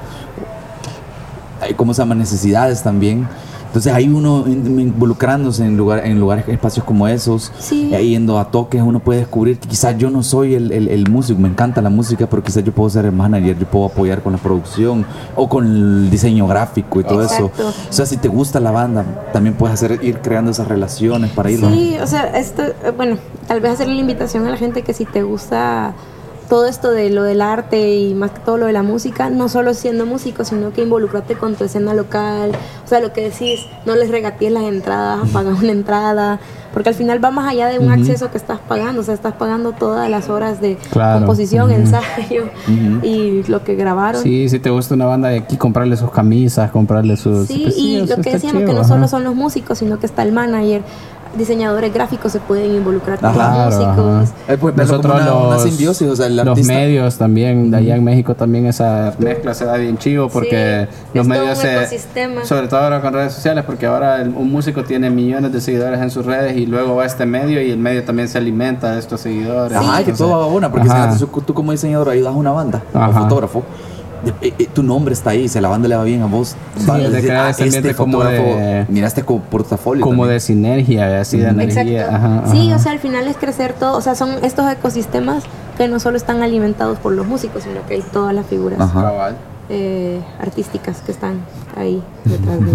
¿cómo se llama? Necesidades también. Entonces ahí uno involucrándose en lugares, espacios como esos, yendo a toques, uno puede descubrir que quizás yo no soy el músico, me encanta la música, pero quizás yo puedo ser el manager, yo puedo apoyar con la producción o con el diseño gráfico y todo eso. O sea, si te gusta la banda, también puedes ir creando esas relaciones para ir. Sí, o sea, tal vez hacerle la invitación a la gente que si te gusta todo esto de lo del arte y más que todo lo de la música, no solo siendo músico, sino que involucrarte con tu escena local, o sea, lo que decís, no les regatees las entradas, pagar una entrada, porque al final va más allá de un acceso que estás pagando, o sea, estás pagando todas las horas de composición, ensayo y lo que grabaron. Sí, si te gusta una banda de aquí, comprarle sus camisas, comprarle sus... Sí, y lo que decíamos, que no solo son los músicos, sino que está el manager, diseñadores gráficos se pueden involucrar con los músicos. Pues nosotros una simbiosis, o sea, el los artista. Medios también, de allá en México también esa mezcla se da bien chivo porque los medios sobre todo ahora con redes sociales, porque ahora un músico tiene millones de seguidores en sus redes y luego va a este medio y el medio también se alimenta de estos seguidores. Que todo va a una, porque tú como diseñador ayudas a una banda, como fotógrafo. Tu nombre está ahí, si a la banda le va bien a vos, este fotógrafo, mira este portafolio como también. De sinergia, así de energía. Sí, o sea, al final es crecer todo, o sea, son estos ecosistemas que no solo están alimentados por los músicos, sino que hay todas las figuras artísticas que están ahí detrás de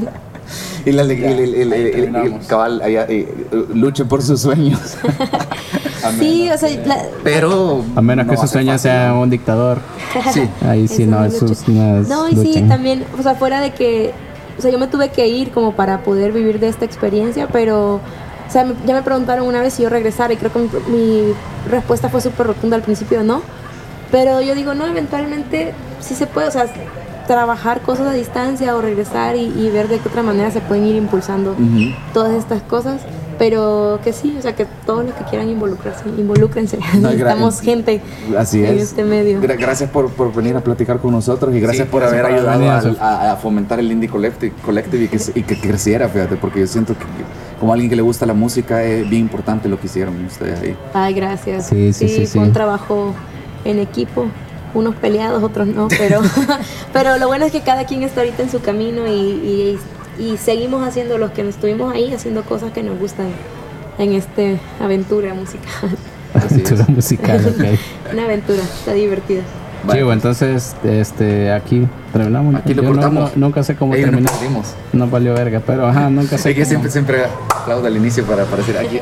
ellos. Y cabal, luchen por sus sueños. Sí, o sea, pero a menos que su sueño sea un dictador. Sí. Ahí sí no es no, y sí, también, o sea, fuera de que, o sea, yo me tuve que ir como para poder vivir de esta experiencia, pero, o sea, ya me preguntaron una vez si yo regresara y creo que mi respuesta fue súper rotunda al principio, no, pero yo digo, no, eventualmente sí se puede, o sea, trabajar cosas a distancia o regresar y ver de qué otra manera se pueden ir impulsando todas estas cosas. Pero que sí, o sea, que todos los que quieran involúcrense. No, necesitamos gente así en es. este medio. Gracias por venir a platicar con nosotros y gracias por haber ayudado a fomentar el Indie Collective y que creciera, fíjate, porque yo siento que como alguien que le gusta la música es bien importante lo que hicieron ustedes ahí. Ay, gracias. Sí. Fue un trabajo en equipo. Unos peleados, otros no, pero lo bueno es que cada quien está ahorita en su camino y seguimos haciendo, los que estuvimos ahí, haciendo cosas que nos gustan en esta aventura musical. Aventura musical, ok. Una aventura, está divertida. Chivo, entonces aquí terminamos. Aquí lo cortamos. Nunca sé cómo terminar. Nos valió verga, pero nunca sé. Es que siempre aplaudo al inicio para decir aquí.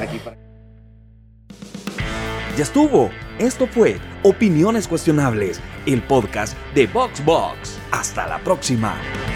Ya estuvo. Esto fue Opiniones Cuestionables, el podcast de VoxBox. Hasta la próxima.